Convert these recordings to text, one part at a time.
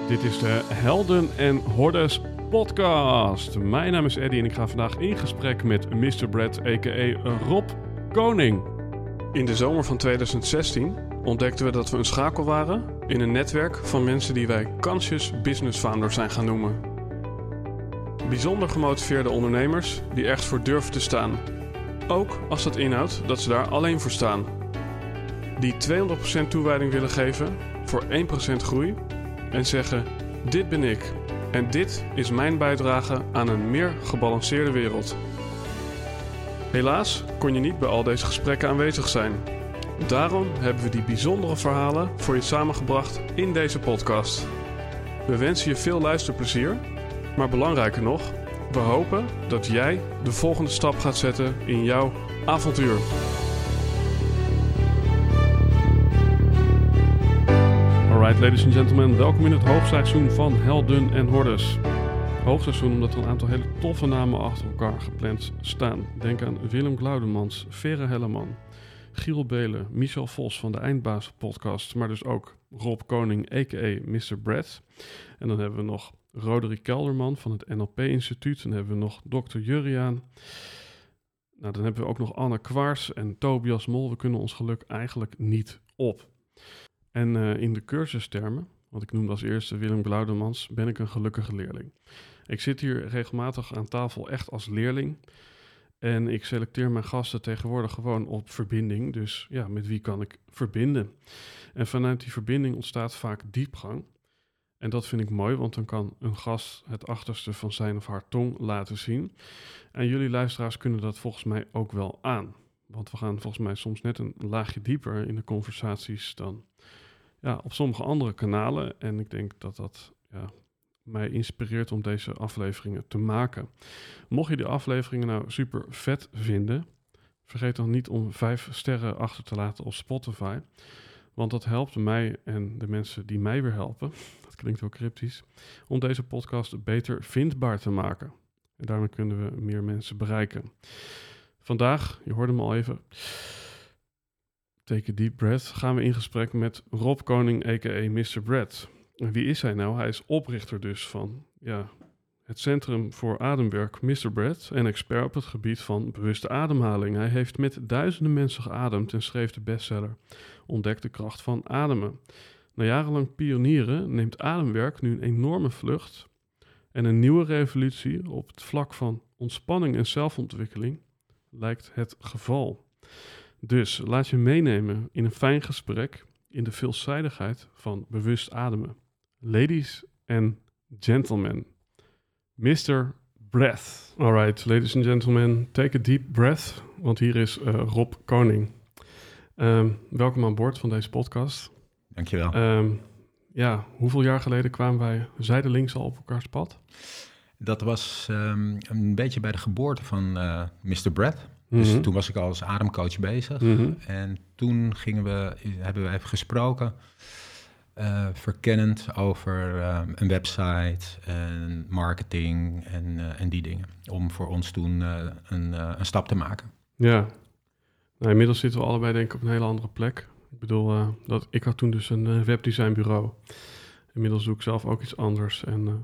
Dit is de Helden en Hordes podcast. Mijn naam is Eddie en ik ga vandaag in gesprek met Mr. Brad, a.k.a. Rob Koning. In de zomer van 2016 ontdekten we dat we een schakel waren in een netwerk van mensen die wij Conscious Business Founders zijn gaan noemen. Bijzonder gemotiveerde ondernemers die ergens voor durven te staan. Ook als dat inhoudt dat ze daar alleen voor staan. Die 200% toewijding willen geven voor 1% groei en zeggen: dit ben ik en dit is mijn bijdrage aan een meer gebalanceerde wereld. Helaas kon je niet bij al deze gesprekken aanwezig zijn. Daarom hebben we die bijzondere verhalen voor je samengebracht in deze podcast. We wensen je veel luisterplezier, maar belangrijker nog, we hopen dat jij de volgende stap gaat zetten in jouw avontuur. Alright, ladies and gentlemen, welkom in het hoogseizoen van Helden en Hordes. Hoogseizoen omdat er een aantal hele toffe namen achter elkaar gepland staan. Denk aan Willem Glaudemans, Vera Helleman, Giel Belen, Michel Vos van de Eindbaas podcast, maar dus ook Rob Koning, a.k.a. Mr. Brad. En dan hebben we nog Roderick Kelderman van het NLP Instituut. Dan hebben we nog Dr. Juriaan. Nou, dan hebben we ook nog Anne Kwaars en Tobias Mol. We kunnen ons geluk eigenlijk niet op. En in de cursustermen, want ik noemde als eerste Willem Glaudemans, ben ik een gelukkige leerling. Ik zit hier regelmatig aan tafel echt als leerling. En ik selecteer mijn gasten tegenwoordig gewoon op verbinding. Dus ja, met wie kan ik verbinden? En vanuit die verbinding ontstaat vaak diepgang. En dat vind ik mooi, want dan kan een gast het achterste van zijn of haar tong laten zien. En jullie luisteraars kunnen dat volgens mij ook wel aan. Want we gaan volgens mij soms net een laagje dieper in de conversaties dan op sommige andere kanalen. En ik denk dat dat mij inspireert om deze afleveringen te maken. Mocht je die afleveringen nou super vet vinden, vergeet dan niet om 5 sterren achter te laten op Spotify. Want dat helpt mij en de mensen die mij weer helpen, dat klinkt wel cryptisch, om deze podcast beter vindbaar te maken. En daarmee kunnen we meer mensen bereiken. Vandaag, je hoorde hem al even, take a deep breath, gaan we in gesprek met Rob Koning, a.k.a. Mr. Brad. En wie is hij nou? Hij is oprichter dus van het Centrum voor Ademwerk Mr. Brad en expert op het gebied van bewuste ademhaling. Hij heeft met duizenden mensen geademd en schreef de bestseller Ontdek de kracht van ademen. Na jarenlang pionieren neemt ademwerk nu een enorme vlucht en een nieuwe revolutie op het vlak van ontspanning en zelfontwikkeling lijkt het geval. Dus laat je meenemen in een fijn gesprek in de veelzijdigheid van bewust ademen. Ladies and gentlemen, Mr. Breath. Alright, ladies and gentlemen, take a deep breath, want hier is Rob Koning. Welkom aan boord van deze podcast. Dankjewel. Hoeveel jaar geleden kwamen wij zijdelings al op elkaars pad? Dat was een beetje bij de geboorte van Mr. Brad. Dus toen was ik al als ademcoach bezig. En toen hebben we even gesproken, verkennend over een website en marketing en die dingen. Om voor ons toen een stap te maken. Ja, nou, inmiddels zitten we allebei denk ik op een hele andere plek. Ik bedoel, ik had toen dus een webdesignbureau. Inmiddels doe ik zelf ook iets anders. En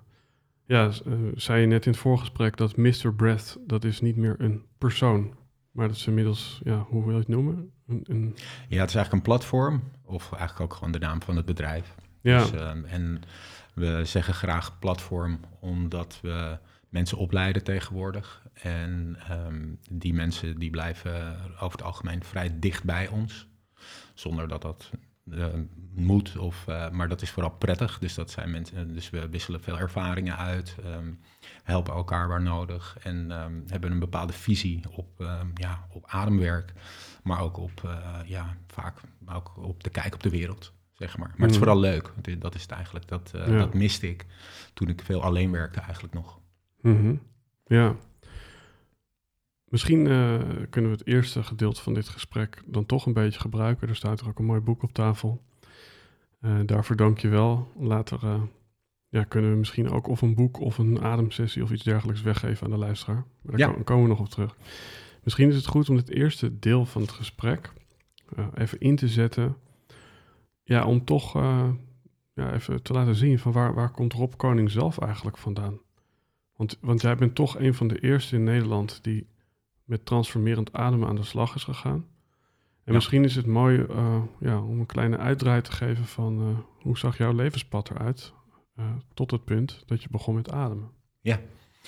zei je net in het voorgesprek dat Mr. Breath, dat is niet meer een persoon. Maar dat is inmiddels, hoe wil je het noemen? Ja, het is eigenlijk een platform, of eigenlijk ook gewoon de naam van het bedrijf. Ja. Dus, en we zeggen graag platform, omdat we mensen opleiden tegenwoordig. En die mensen die blijven over het algemeen vrij dicht bij ons. Zonder dat dat moet, maar dat is vooral prettig. Dus dat zijn mensen. Dus we wisselen veel ervaringen uit, helpen elkaar waar nodig en hebben een bepaalde visie op ademwerk, maar ook vaak ook op de kijk op de wereld, zeg maar. Maar het is vooral leuk. Dat is het eigenlijk. Dat miste ik toen ik veel alleen werkte eigenlijk nog. Mm-hmm. Ja. Misschien kunnen we het eerste gedeelte van dit gesprek dan toch een beetje gebruiken. Er staat er ook een mooi boek op tafel. Daarvoor dank je wel. Later kunnen we misschien ook of een boek of een ademsessie of iets dergelijks weggeven aan de luisteraar. Maar daar komen we nog op terug. Misschien is het goed om het eerste deel van het gesprek even in te zetten. Ja, om toch even te laten zien van waar komt Rob Koning zelf eigenlijk vandaan? Want jij bent toch een van de eerste in Nederland die met transformerend ademen aan de slag is gegaan. En misschien is het mooi om een kleine uitdraai te geven van hoe zag jouw levenspad eruit tot het punt dat je begon met ademen. Ja,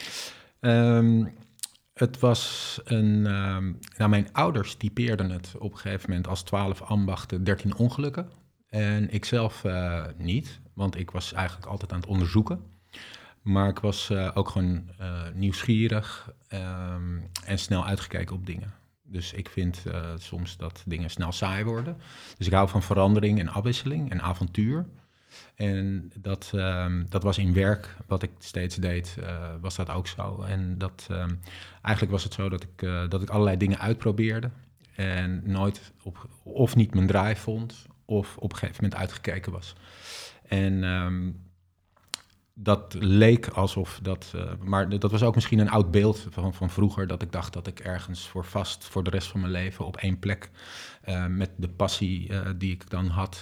het was mijn ouders typeerden het op een gegeven moment als 12 ambachten, 13 ongelukken. En ik zelf niet, want ik was eigenlijk altijd aan het onderzoeken. Maar ik was ook gewoon nieuwsgierig en snel uitgekeken op dingen. Dus ik vind soms dat dingen snel saai worden. Dus ik hou van verandering en afwisseling en avontuur. En dat was in werk, wat ik steeds deed, was dat ook zo. En eigenlijk was het zo dat ik allerlei dingen uitprobeerde. En nooit of niet mijn draai vond, of op een gegeven moment uitgekeken was. En dat leek alsof dat... maar dat was ook misschien een oud beeld van vroeger, dat ik dacht dat ik ergens voor de rest van mijn leven op één plek met de passie die ik dan had,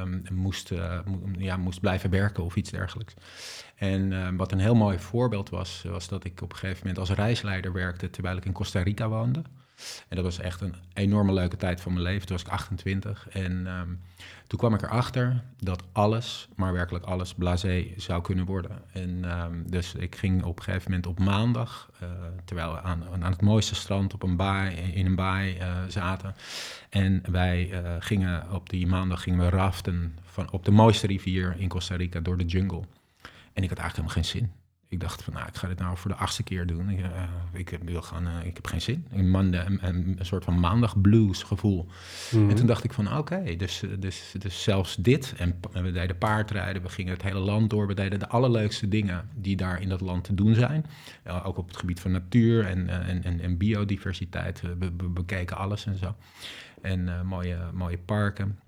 moest blijven werken of iets dergelijks. En wat een heel mooi voorbeeld was dat ik op een gegeven moment als reisleider werkte terwijl ik in Costa Rica woonde. En dat was echt een enorme leuke tijd van mijn leven. Toen was ik 28 en toen kwam ik erachter dat alles, maar werkelijk alles, blasé zou kunnen worden. En dus ik ging op een gegeven moment op maandag, terwijl we aan het mooiste strand op in een baai zaten. En wij gingen op die maandag raften op de mooiste rivier in Costa Rica door de jungle. En ik had eigenlijk helemaal geen zin. Ik dacht van, ik ga dit nou voor de 8e keer doen. Ik heb geen zin. Een soort van maandag blues gevoel. Mm-hmm. En toen dacht ik van, oké, dus zelfs dit. En we deden paardrijden, we gingen het hele land door. We deden de allerleukste dingen die daar in dat land te doen zijn. Ook op het gebied van natuur en biodiversiteit. We bekeken alles en zo. En mooie parken.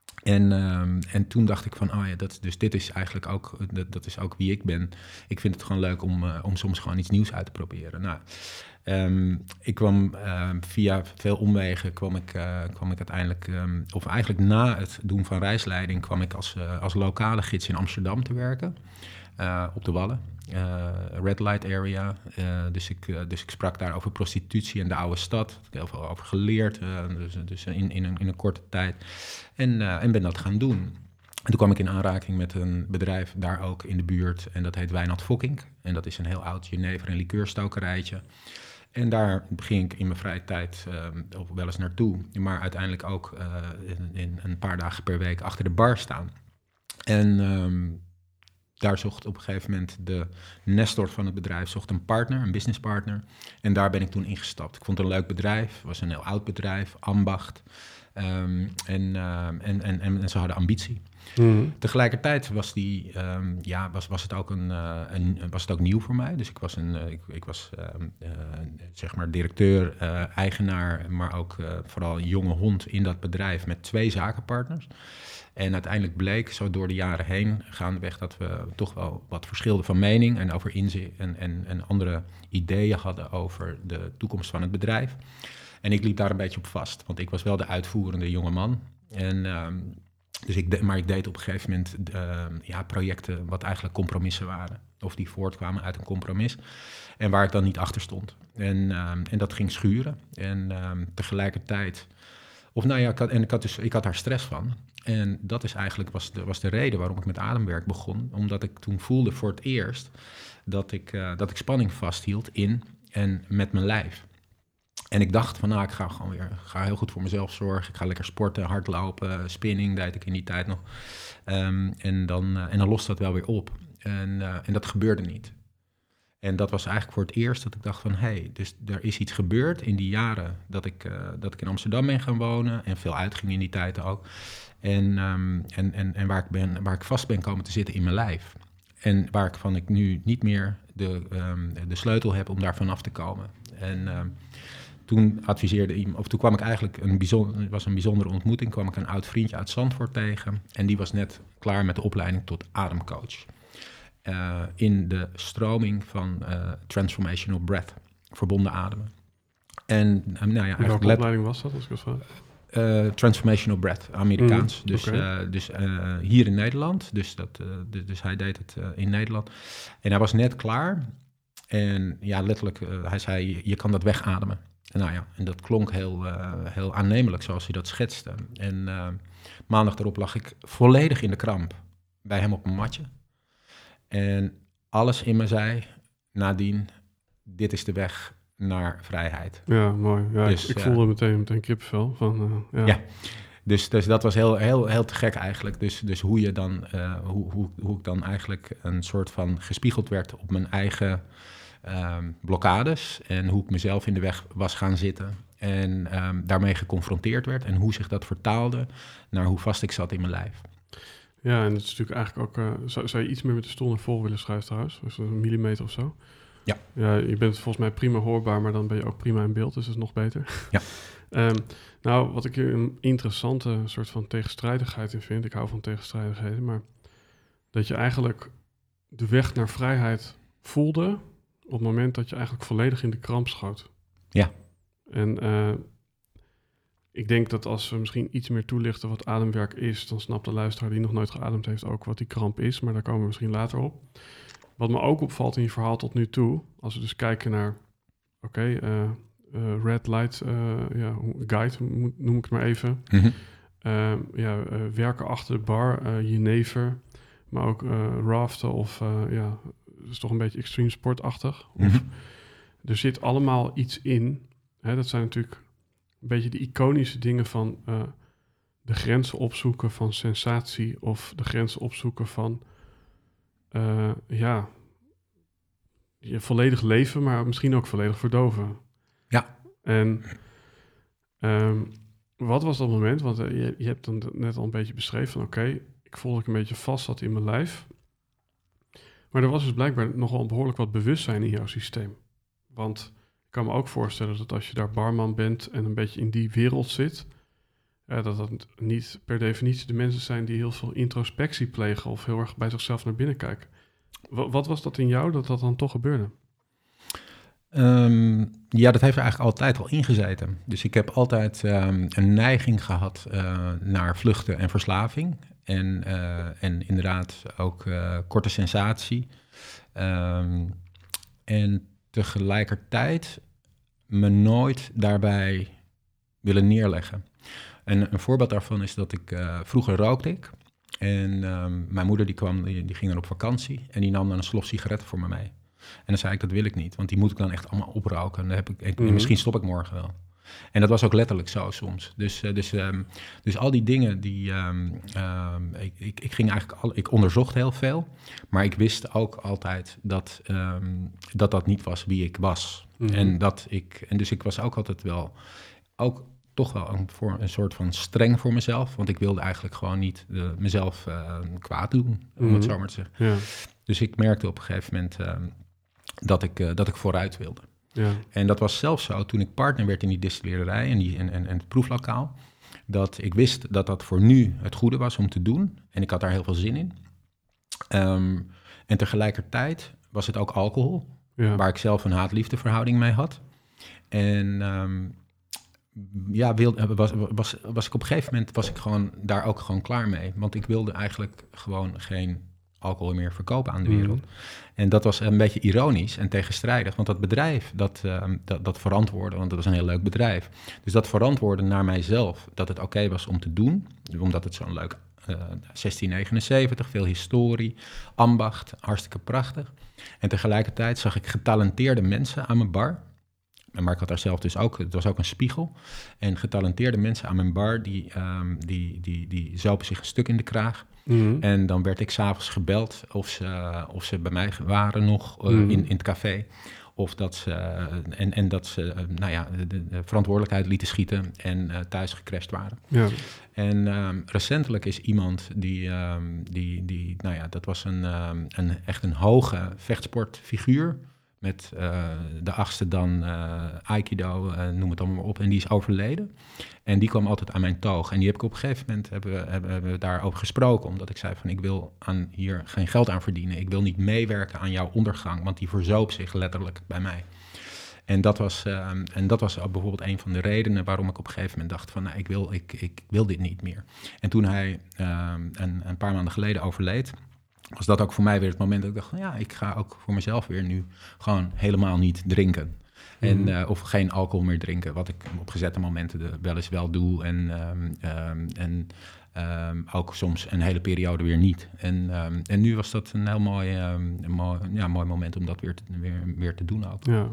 En toen dacht ik van, dit is eigenlijk ook, dat is ook wie ik ben. Ik vind het gewoon leuk om soms gewoon iets nieuws uit te proberen. Nou, ik kwam via veel omwegen, kwam ik uiteindelijk, of eigenlijk na het doen van reisleiding, kwam ik als lokale gids in Amsterdam te werken, op de Wallen. Red light area. Dus ik sprak daar over prostitutie en de oude stad. Daar heb ik heel veel over geleerd, dus in een korte tijd. En ben dat gaan doen. En toen kwam ik in aanraking met een bedrijf daar ook in de buurt. En dat heet Wijnand Fokkink. En dat is een heel oud jenever- en likeurstokerijtje. En daar ging ik in mijn vrije tijd wel eens naartoe. Maar uiteindelijk ook in een paar dagen per week achter de bar staan. En daar zocht op een gegeven moment de nestor van het bedrijf een partner, een businesspartner. En daar ben ik toen ingestapt. Ik vond het een leuk bedrijf. Het was een heel oud bedrijf, ambacht. En ze hadden ambitie. Mm-hmm. Tegelijkertijd was het ook nieuw voor mij. Dus ik was zeg maar directeur, eigenaar, maar ook vooral een jonge hond in dat bedrijf met 2 zakenpartners. En uiteindelijk bleek, zo door de jaren heen, gaandeweg, dat we toch wel wat verschilden van mening en over inzicht en andere ideeën hadden over de toekomst van het bedrijf. En ik liep daar een beetje op vast, want ik was wel de uitvoerende jonge man. Maar ik deed op een gegeven moment projecten wat eigenlijk compromissen waren. Of die voortkwamen uit een compromis. En waar ik dan niet achter stond. En dat ging schuren. En tegelijkertijd... Ik had daar stress van. En dat is eigenlijk was de reden waarom ik met ademwerk begon. Omdat ik toen voelde voor het eerst dat ik spanning vasthield in en met mijn lijf. En ik dacht van, ik ga heel goed voor mezelf zorgen. Ik ga lekker sporten, hardlopen, spinning deed ik in die tijd nog. En dan lost dat wel weer op. En dat gebeurde niet. En dat was eigenlijk voor het eerst dat ik dacht van, dus er is iets gebeurd in die jaren dat ik in Amsterdam ben gaan wonen en veel uitging in die tijd ook. En waar ik vast ben komen te zitten in mijn lijf. En waarvan ik nu niet meer de sleutel heb om daar vanaf te komen. En toen kwam ik eigenlijk het was een bijzondere ontmoeting, kwam ik een oud vriendje uit Zandvoort tegen. En die was net klaar met de opleiding tot ademcoach. In de stroming van Transformational Breath, verbonden ademen. En welke opleiding was dat, als ik het vraag? Transformational Breath, Amerikaans. Dus hier in Nederland. Dus hij deed het in Nederland. En hij was net klaar. En ja, letterlijk, hij zei, je kan dat wegademen. En dat klonk heel aannemelijk zoals hij dat schetste. En maandag daarop lag ik volledig in de kramp bij hem op een matje. En alles in me zei, nadien, dit is de weg naar vrijheid. Ja, mooi. Ja, dus, ik voelde meteen kippenvel. Dus dat was heel te gek eigenlijk. Dus hoe je dan, hoe ik dan eigenlijk een soort van gespiegeld werd op mijn eigen blokkades en hoe ik mezelf in de weg was gaan zitten en daarmee geconfronteerd werd en hoe zich dat vertaalde naar hoe vast ik zat in mijn lijf. Ja, en dat is natuurlijk eigenlijk ook... zou je iets meer met de stoel naar voren willen schuiven trouwens? Dus een millimeter of zo? Ja. Ja, je bent volgens mij prima hoorbaar, maar dan ben je ook prima in beeld, dus dat is nog beter. Ja. Nou, wat ik hier een interessante soort van tegenstrijdigheid in vind, ik hou van tegenstrijdigheden, maar dat je eigenlijk de weg naar vrijheid voelde op het moment dat je eigenlijk volledig in de kramp schoot. Ja. En ik denk dat als we misschien iets meer toelichten wat ademwerk is, dan snapt de luisteraar die nog nooit geademd heeft ook wat die kramp is, maar daar komen we misschien later op. Wat me ook opvalt in je verhaal tot nu toe, als we dus kijken naar, red light guide, noem ik het maar even. Mm-hmm. Werken achter de bar, jenever, maar ook raften of dat is toch een beetje extreme sportachtig. Mm-hmm. Er zit allemaal iets in. Hè, dat zijn natuurlijk een beetje de iconische dingen van de grenzen opzoeken van sensatie of de grenzen opzoeken van je volledig leven, maar misschien ook volledig verdoven. Ja. En wat was dat moment? Want je hebt dan net al een beetje beschreven van ik voelde dat ik een beetje vast zat in mijn lijf. Maar er was dus blijkbaar nogal behoorlijk wat bewustzijn in jouw systeem. Want ik kan me ook voorstellen dat als je daar barman bent en een beetje in die wereld zit, dat niet per definitie de mensen zijn die heel veel introspectie plegen of heel erg bij zichzelf naar binnen kijken. Wat was dat in jou dat dan toch gebeurde? Dat heeft er eigenlijk altijd al ingezeten. Dus ik heb altijd een neiging gehad naar vluchten en verslaving. En inderdaad ook korte sensatie. En tegelijkertijd me nooit daarbij willen neerleggen. En een voorbeeld daarvan is dat ik vroeger rookte ik. En mijn moeder die ging dan op vakantie en die nam dan een slof sigaretten voor me mee. En dan zei ik, dat wil ik niet, want die moet ik dan echt allemaal oproken. En misschien stop ik morgen wel. En dat was ook letterlijk zo soms. Dus al die dingen ik ging eigenlijk ik onderzocht heel veel, maar ik wist ook altijd dat niet was wie ik was. Mm-hmm. En dus ik was ook altijd wel ook toch wel een soort van streng voor mezelf, want ik wilde eigenlijk gewoon niet mezelf kwaad doen, om het zo maar te zeggen. Ja. Dus ik merkte op een gegeven moment dat ik vooruit wilde. Ja. En dat was zelfs zo toen ik partner werd in die distillerij en het proeflokaal, dat ik wist dat voor nu het goede was om te doen. En ik had daar heel veel zin in. En tegelijkertijd was het ook alcohol, waar ik zelf een haat-liefde verhouding mee had. En was ik op een gegeven moment was ik gewoon daar ook gewoon klaar mee. Want ik wilde eigenlijk gewoon geen alcohol meer verkopen aan de wereld. En dat was een beetje ironisch en tegenstrijdig, want dat bedrijf, dat verantwoordde, want dat was een heel leuk bedrijf. Dus dat verantwoordde naar mijzelf, dat het oké was om te doen, omdat het zo'n leuk 1679, veel historie, ambacht, hartstikke prachtig. En tegelijkertijd zag ik getalenteerde mensen aan mijn bar. Maar ik had daar zelf dus ook, het was ook een spiegel. En getalenteerde mensen aan mijn bar, die zopen zich een stuk in de kraag. Mm-hmm. En dan werd ik 's avonds gebeld of ze bij mij waren nog in het café. Of dat ze, de verantwoordelijkheid lieten schieten en thuis gecrashed waren. Ja. En recentelijk is iemand dat was echt een hoge vechtsportfiguur. Met de 8e dan Aikido, noem het allemaal maar op. En die is overleden. En die kwam altijd aan mijn toog. En die heb ik op een gegeven moment hebben we daarover gesproken. Omdat ik zei van, ik wil hier geen geld aan verdienen. Ik wil niet meewerken aan jouw ondergang. Want die verzoop zich letterlijk bij mij. En dat was bijvoorbeeld een van de redenen waarom ik op een gegeven moment dacht van, nou, ik wil dit niet meer. En toen hij een paar maanden geleden overleed, was dat ook voor mij weer het moment dat ik dacht van, ja, ik ga ook voor mezelf weer nu gewoon helemaal niet drinken. En, of geen alcohol meer drinken, wat ik op gezette momenten wel eens wel doe. En ook soms een hele periode weer niet. En nu was dat een heel mooi moment om dat weer te doen ook. Ja.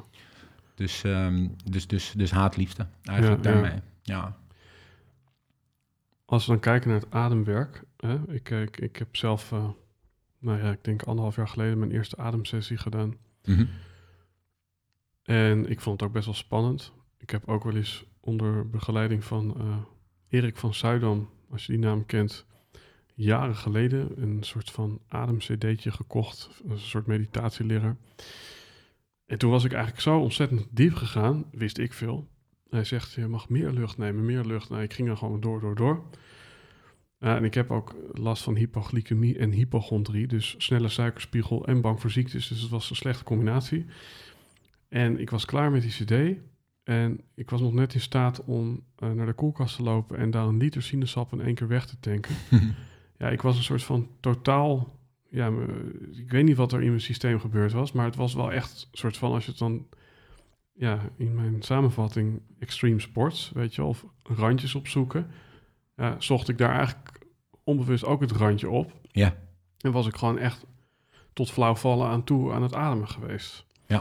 Dus haatliefde eigenlijk daarmee. Ja. Als we dan kijken naar het ademwerk. Hè, ik heb zelf, ik denk 1,5 jaar geleden mijn eerste ademsessie gedaan. Mm-hmm. En ik vond het ook best wel spannend. Ik heb ook wel eens onder begeleiding van Erik van Zuidam, als je die naam kent, jaren geleden een soort van adem-cd'tje gekocht. Een soort meditatieleraar. En toen was ik eigenlijk zo ontzettend diep gegaan, wist ik veel. Hij zegt, je mag meer lucht nemen, meer lucht. Nou, ik ging er gewoon door. En ik heb ook last van hypoglycemie en hypochondrie, dus snelle suikerspiegel en bang voor ziektes. Dus het was een slechte combinatie. En ik was klaar met die cd en ik was nog net in staat om naar de koelkast te lopen en daar 1 liter sinaasappel in 1 keer weg te tanken. Ja, ik was een soort van totaal... Ja, ik weet niet wat er in mijn systeem gebeurd was, maar het was wel echt een soort van, als je het dan, ja, in mijn samenvatting extreme sports, weet je wel, of randjes opzoeken, ja, zocht ik daar eigenlijk onbewust ook het randje op. Ja. En was ik gewoon echt tot flauwvallen aan toe aan het ademen geweest. Ja.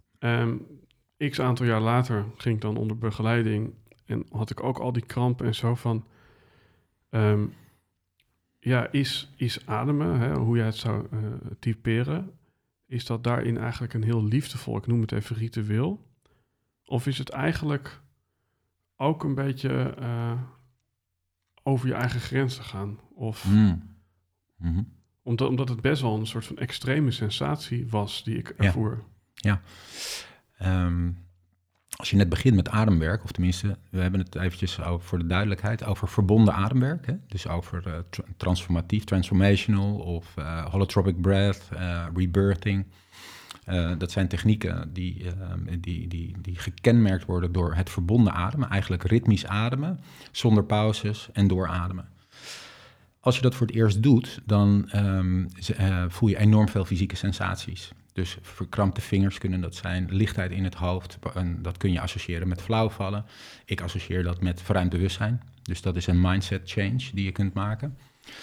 X aantal jaar later ging ik dan onder begeleiding en had ik ook al die krampen en zo van... is ademen, hè, hoe jij het zou typeren, is dat daarin eigenlijk een heel liefdevol, ik noem het even ritueel? Of is het eigenlijk ook een beetje over je eigen grenzen gaan? Of Mm-hmm. omdat het best wel een soort van extreme sensatie was die ik ervoer. Ja. Als je net begint met ademwerk, of tenminste, we hebben het eventjes over, voor de duidelijkheid, over verbonden ademwerk. Hè? Dus over transformational of holotropic breath, rebirthing. Dat zijn technieken die gekenmerkt worden door het verbonden ademen. Eigenlijk ritmisch ademen, zonder pauzes en doorademen. Als je dat voor het eerst doet, dan voel je enorm veel fysieke sensaties. Dus verkrampte vingers kunnen dat zijn, lichtheid in het hoofd. En dat kun je associëren met flauwvallen. Ik associeer dat met verruimd bewustzijn. Dus dat is een mindset change die je kunt maken.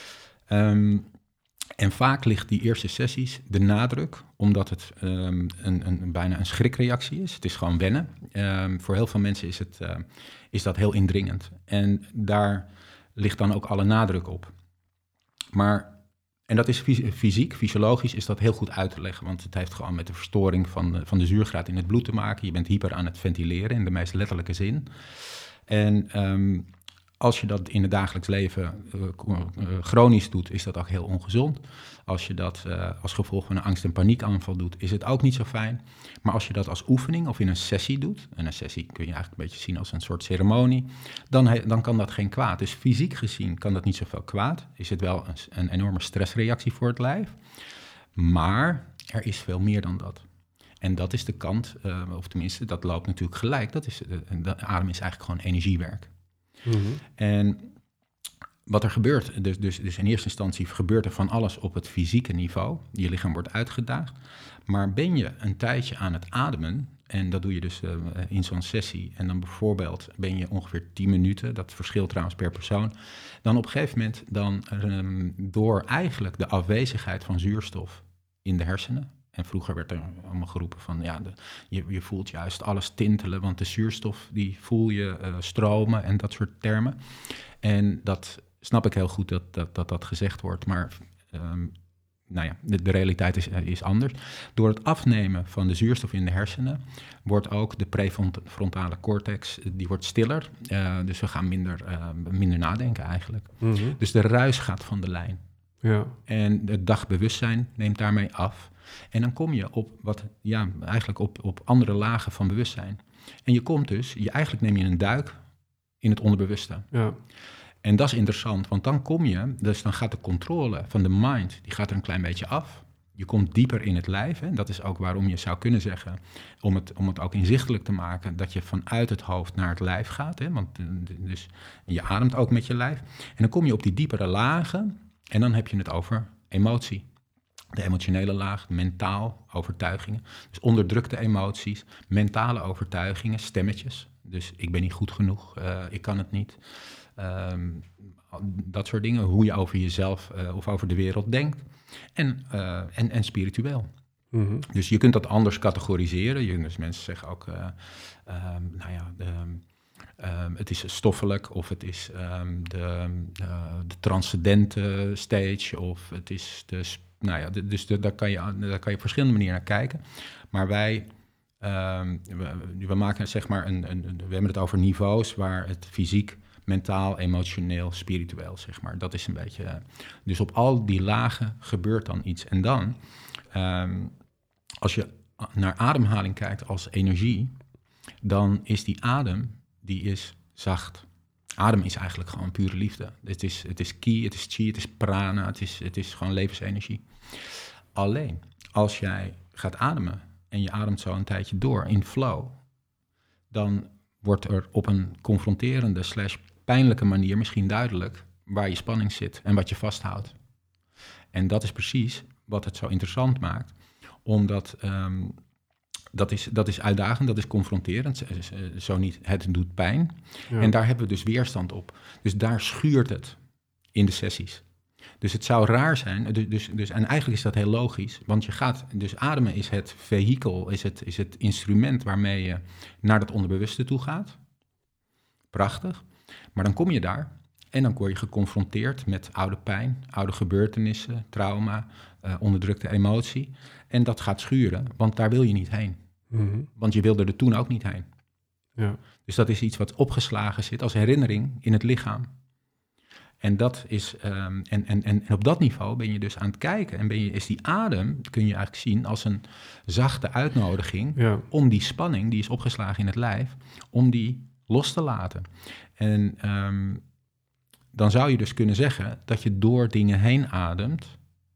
En vaak ligt die eerste sessies de nadruk, omdat het bijna een schrikreactie is. Het is gewoon wennen. Voor heel veel mensen is dat heel indringend. En daar ligt dan ook alle nadruk op. En dat is fysiologisch is dat heel goed uit te leggen, want het heeft gewoon met de verstoring van de zuurgraad in het bloed te maken. Je bent hyper aan het ventileren in de meest letterlijke zin. En als je dat in het dagelijks leven chronisch doet, is dat ook heel ongezond. Als je dat als gevolg van een angst- en paniekaanval doet, is het ook niet zo fijn. Maar als je dat als oefening of in een sessie doet, en een sessie kun je eigenlijk een beetje zien als een soort ceremonie, dan kan dat geen kwaad. Dus fysiek gezien kan dat niet zoveel kwaad. Is het wel een enorme stressreactie voor het lijf. Maar er is veel meer dan dat. En dat is de kant, of tenminste, dat loopt natuurlijk gelijk. De adem is eigenlijk gewoon energiewerk. Mm-hmm. En wat er gebeurt, dus in eerste instantie gebeurt er van alles op het fysieke niveau. Je lichaam wordt uitgedaagd. Maar ben je een tijdje aan het ademen, en dat doe je dus in zo'n sessie, en dan bijvoorbeeld ben je ongeveer 10 minuten, dat verschilt trouwens per persoon, dan op een gegeven moment, door eigenlijk de afwezigheid van zuurstof in de hersenen, en vroeger werd er allemaal geroepen van, ja, je voelt juist alles tintelen, want de zuurstof die voel je stromen en dat soort termen. En dat snap ik heel goed dat gezegd wordt, maar de realiteit is anders. Door het afnemen van de zuurstof in de hersenen wordt ook de prefrontale cortex, die wordt stiller. Dus we gaan minder nadenken eigenlijk. Mm-hmm. Dus de ruis gaat van de lijn. Ja. En het dagbewustzijn neemt daarmee af. En dan kom je op andere lagen van bewustzijn. En je komt eigenlijk neem je een duik in het onderbewuste. Ja. En dat is interessant, want dan gaat de controle van de mind, die gaat er een klein beetje af. Je komt dieper in het lijf. Hè? Dat is ook waarom je zou kunnen zeggen, om het ook inzichtelijk te maken, dat je vanuit het hoofd naar het lijf gaat. Hè? Want dus je ademt ook met je lijf. En dan kom je op die diepere lagen en dan heb je het over emotie. De emotionele laag, mentaal, overtuigingen. Dus onderdrukte emoties, mentale overtuigingen, stemmetjes. Dus ik ben niet goed genoeg, ik kan het niet. Dat soort dingen, hoe je over jezelf of over de wereld denkt. En spiritueel. Mm-hmm. Dus je kunt dat anders categoriseren. Dus mensen zeggen ook, het is stoffelijk of het is de transcendente stage of het is daar kan je op verschillende manieren naar kijken. Maar wij maken zeg maar we hebben het over niveaus waar het fysiek, mentaal, emotioneel, spiritueel, zeg maar. Dat is een beetje. Dus op al die lagen gebeurt dan iets. En dan, als je naar ademhaling kijkt als energie, dan is die adem, die is zacht. Adem is eigenlijk gewoon pure liefde. Het is ki, het is chi, het is prana, het is gewoon levensenergie. Alleen, als jij gaat ademen en je ademt zo een tijdje door in flow, dan wordt er op een confronterende / pijnlijke manier misschien duidelijk waar je spanning zit en wat je vasthoudt. En dat is precies wat het zo interessant maakt, omdat dat is uitdagend, dat is confronterend, zo niet, het doet pijn. Ja. En daar hebben we dus weerstand op. Dus daar schuurt het in de sessies. Dus het zou raar zijn, en eigenlijk is dat heel logisch, want dus ademen is het vehikel, is het instrument waarmee je naar dat onderbewuste toe gaat. Prachtig. Maar dan kom je daar en dan word je geconfronteerd met oude pijn, oude gebeurtenissen, trauma, onderdrukte emotie. En dat gaat schuren, want daar wil je niet heen. Mm-hmm. Want je wilde er toen ook niet heen. Ja. Dus dat is iets wat opgeslagen zit als herinnering in het lichaam. En dat is, en op dat niveau ben je dus aan het kijken. En is die adem, kun je eigenlijk zien als een zachte uitnodiging om die spanning, die is opgeslagen in het lijf, om die los te laten. En dan zou je dus kunnen zeggen dat je door dingen heen ademt.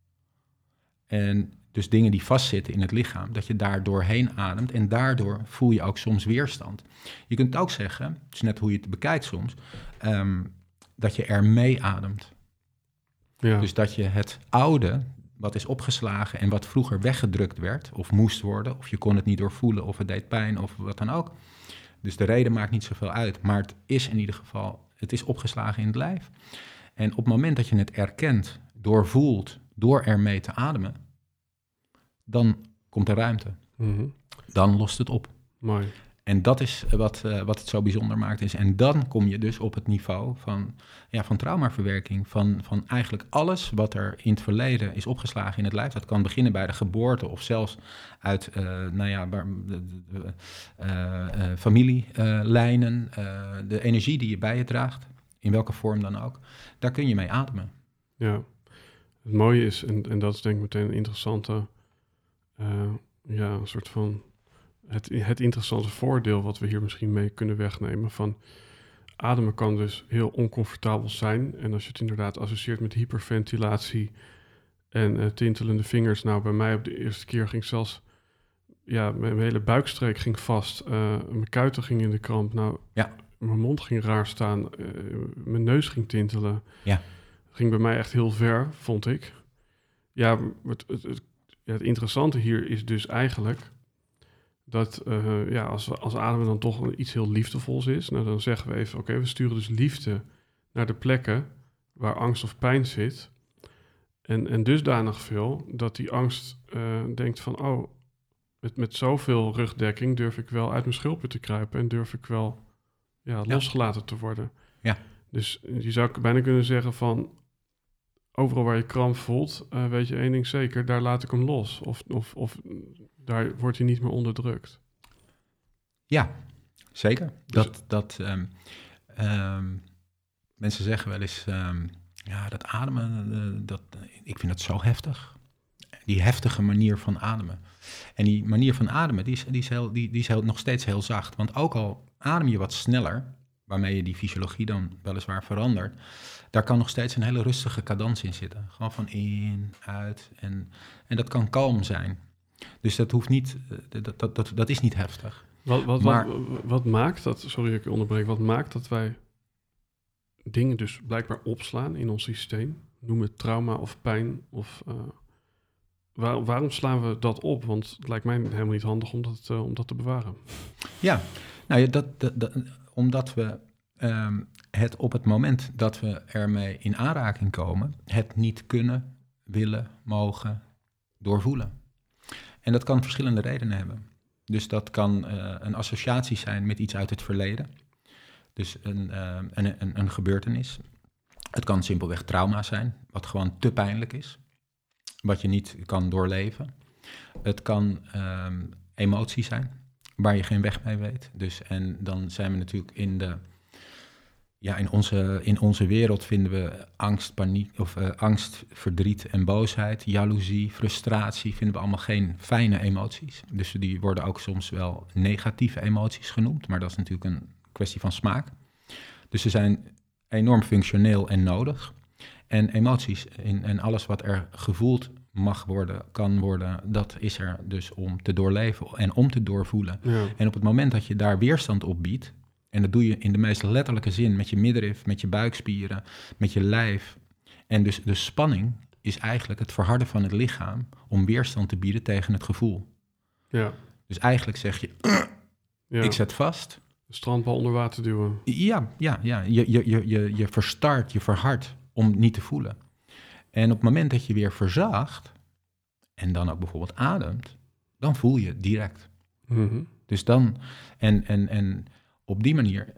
En dus dingen die vastzitten in het lichaam, dat je daar doorheen ademt. En daardoor voel je ook soms weerstand. Je kunt ook zeggen, het is net hoe je het bekijkt soms, dat je er mee ademt. Ja. Dus dat je het oude, wat is opgeslagen en wat vroeger weggedrukt werd, of moest worden, of je kon het niet doorvoelen, of het deed pijn, of wat dan ook. Dus de reden maakt niet zoveel uit, maar het is in ieder geval, het is opgeslagen in het lijf. En op het moment dat je het erkent, doorvoelt, door ermee te ademen, dan komt er ruimte. Mm-hmm. Dan lost het op. Mooi. En dat is wat het zo bijzonder maakt. En dan kom je dus op het niveau van traumaverwerking. Van eigenlijk alles wat er in het verleden is opgeslagen in het lijf. Dat kan beginnen bij de geboorte of zelfs uit familielijnen. De energie die je bij je draagt, in welke vorm dan ook. Daar kun je mee ademen. Ja, het mooie is, en dat is denk ik meteen een interessante, een soort van het interessante voordeel wat we hier misschien mee kunnen wegnemen van ademen kan dus heel oncomfortabel zijn. En als je het inderdaad associeert met hyperventilatie en tintelende vingers. Nou, bij mij op de eerste keer ging zelfs, mijn hele buikstreek ging vast. Mijn kuiten ging in de kramp. Nou, mijn mond ging raar staan. Mijn neus ging tintelen. Ja. Ging bij mij echt heel ver, vond ik. Ja, het interessante hier is dus eigenlijk dat als ademen dan toch iets heel liefdevols is, nou dan zeggen we even, oké, we sturen dus liefde naar de plekken waar angst of pijn zit. En dusdanig veel dat die angst denkt van, met zoveel rugdekking durf ik wel uit mijn schulpen te kruipen en durf ik wel losgelaten te worden. Ja. Dus je zou bijna kunnen zeggen van, overal waar je kramp voelt, weet je één ding zeker, daar laat ik hem los. Of daar wordt hij niet meer onderdrukt. Ja, zeker. Mensen zeggen wel eens, dat ademen, ik vind dat zo heftig. Die heftige manier van ademen. En die manier van ademen, die is nog steeds heel zacht. Want ook al adem je wat sneller, waarmee je die fysiologie dan weliswaar verandert, daar kan nog steeds een hele rustige cadans in zitten. Gewoon van in, uit en dat kan kalm zijn. Dus dat hoeft niet, dat is niet heftig. Wat maakt dat, sorry dat ik je onderbreek, wat maakt dat wij dingen dus blijkbaar opslaan in ons systeem? Noem het trauma of pijn of... Waarom slaan we dat op? Want het lijkt mij helemaal niet handig om dat te bewaren. Ja, nou ja, omdat we het op het moment dat we ermee in aanraking komen, het niet kunnen, willen, mogen doorvoelen. En dat kan verschillende redenen hebben. Dus dat kan een associatie zijn met iets uit het verleden. Dus een gebeurtenis. Het kan simpelweg trauma zijn, wat gewoon te pijnlijk is. Wat je niet kan doorleven. Het kan emotie zijn, waar je geen weg mee weet. Dus, en dan zijn we natuurlijk in onze wereld vinden we angst, paniek, of angst, verdriet en boosheid, jaloezie, frustratie, vinden we allemaal geen fijne emoties. Dus die worden ook soms wel negatieve emoties genoemd, maar dat is natuurlijk een kwestie van smaak. Dus ze zijn enorm functioneel en nodig. En emoties en alles wat er gevoeld mag worden, kan worden, dat is er dus om te doorleven en om te doorvoelen. Ja. En op het moment dat je daar weerstand op biedt, en dat doe je in de meest letterlijke zin met je middenrif, met je buikspieren, met je lijf. En dus de spanning is eigenlijk het verharden van het lichaam om weerstand te bieden tegen het gevoel. Ja. Dus eigenlijk zeg je, ik zet vast. De strandbal onder water duwen. Ja. Je verstart, je verhardt om niet te voelen. En op het moment dat je weer verzaagt, en dan ook bijvoorbeeld ademt, dan voel je het direct. Mm-hmm. Dus dan, en op die manier,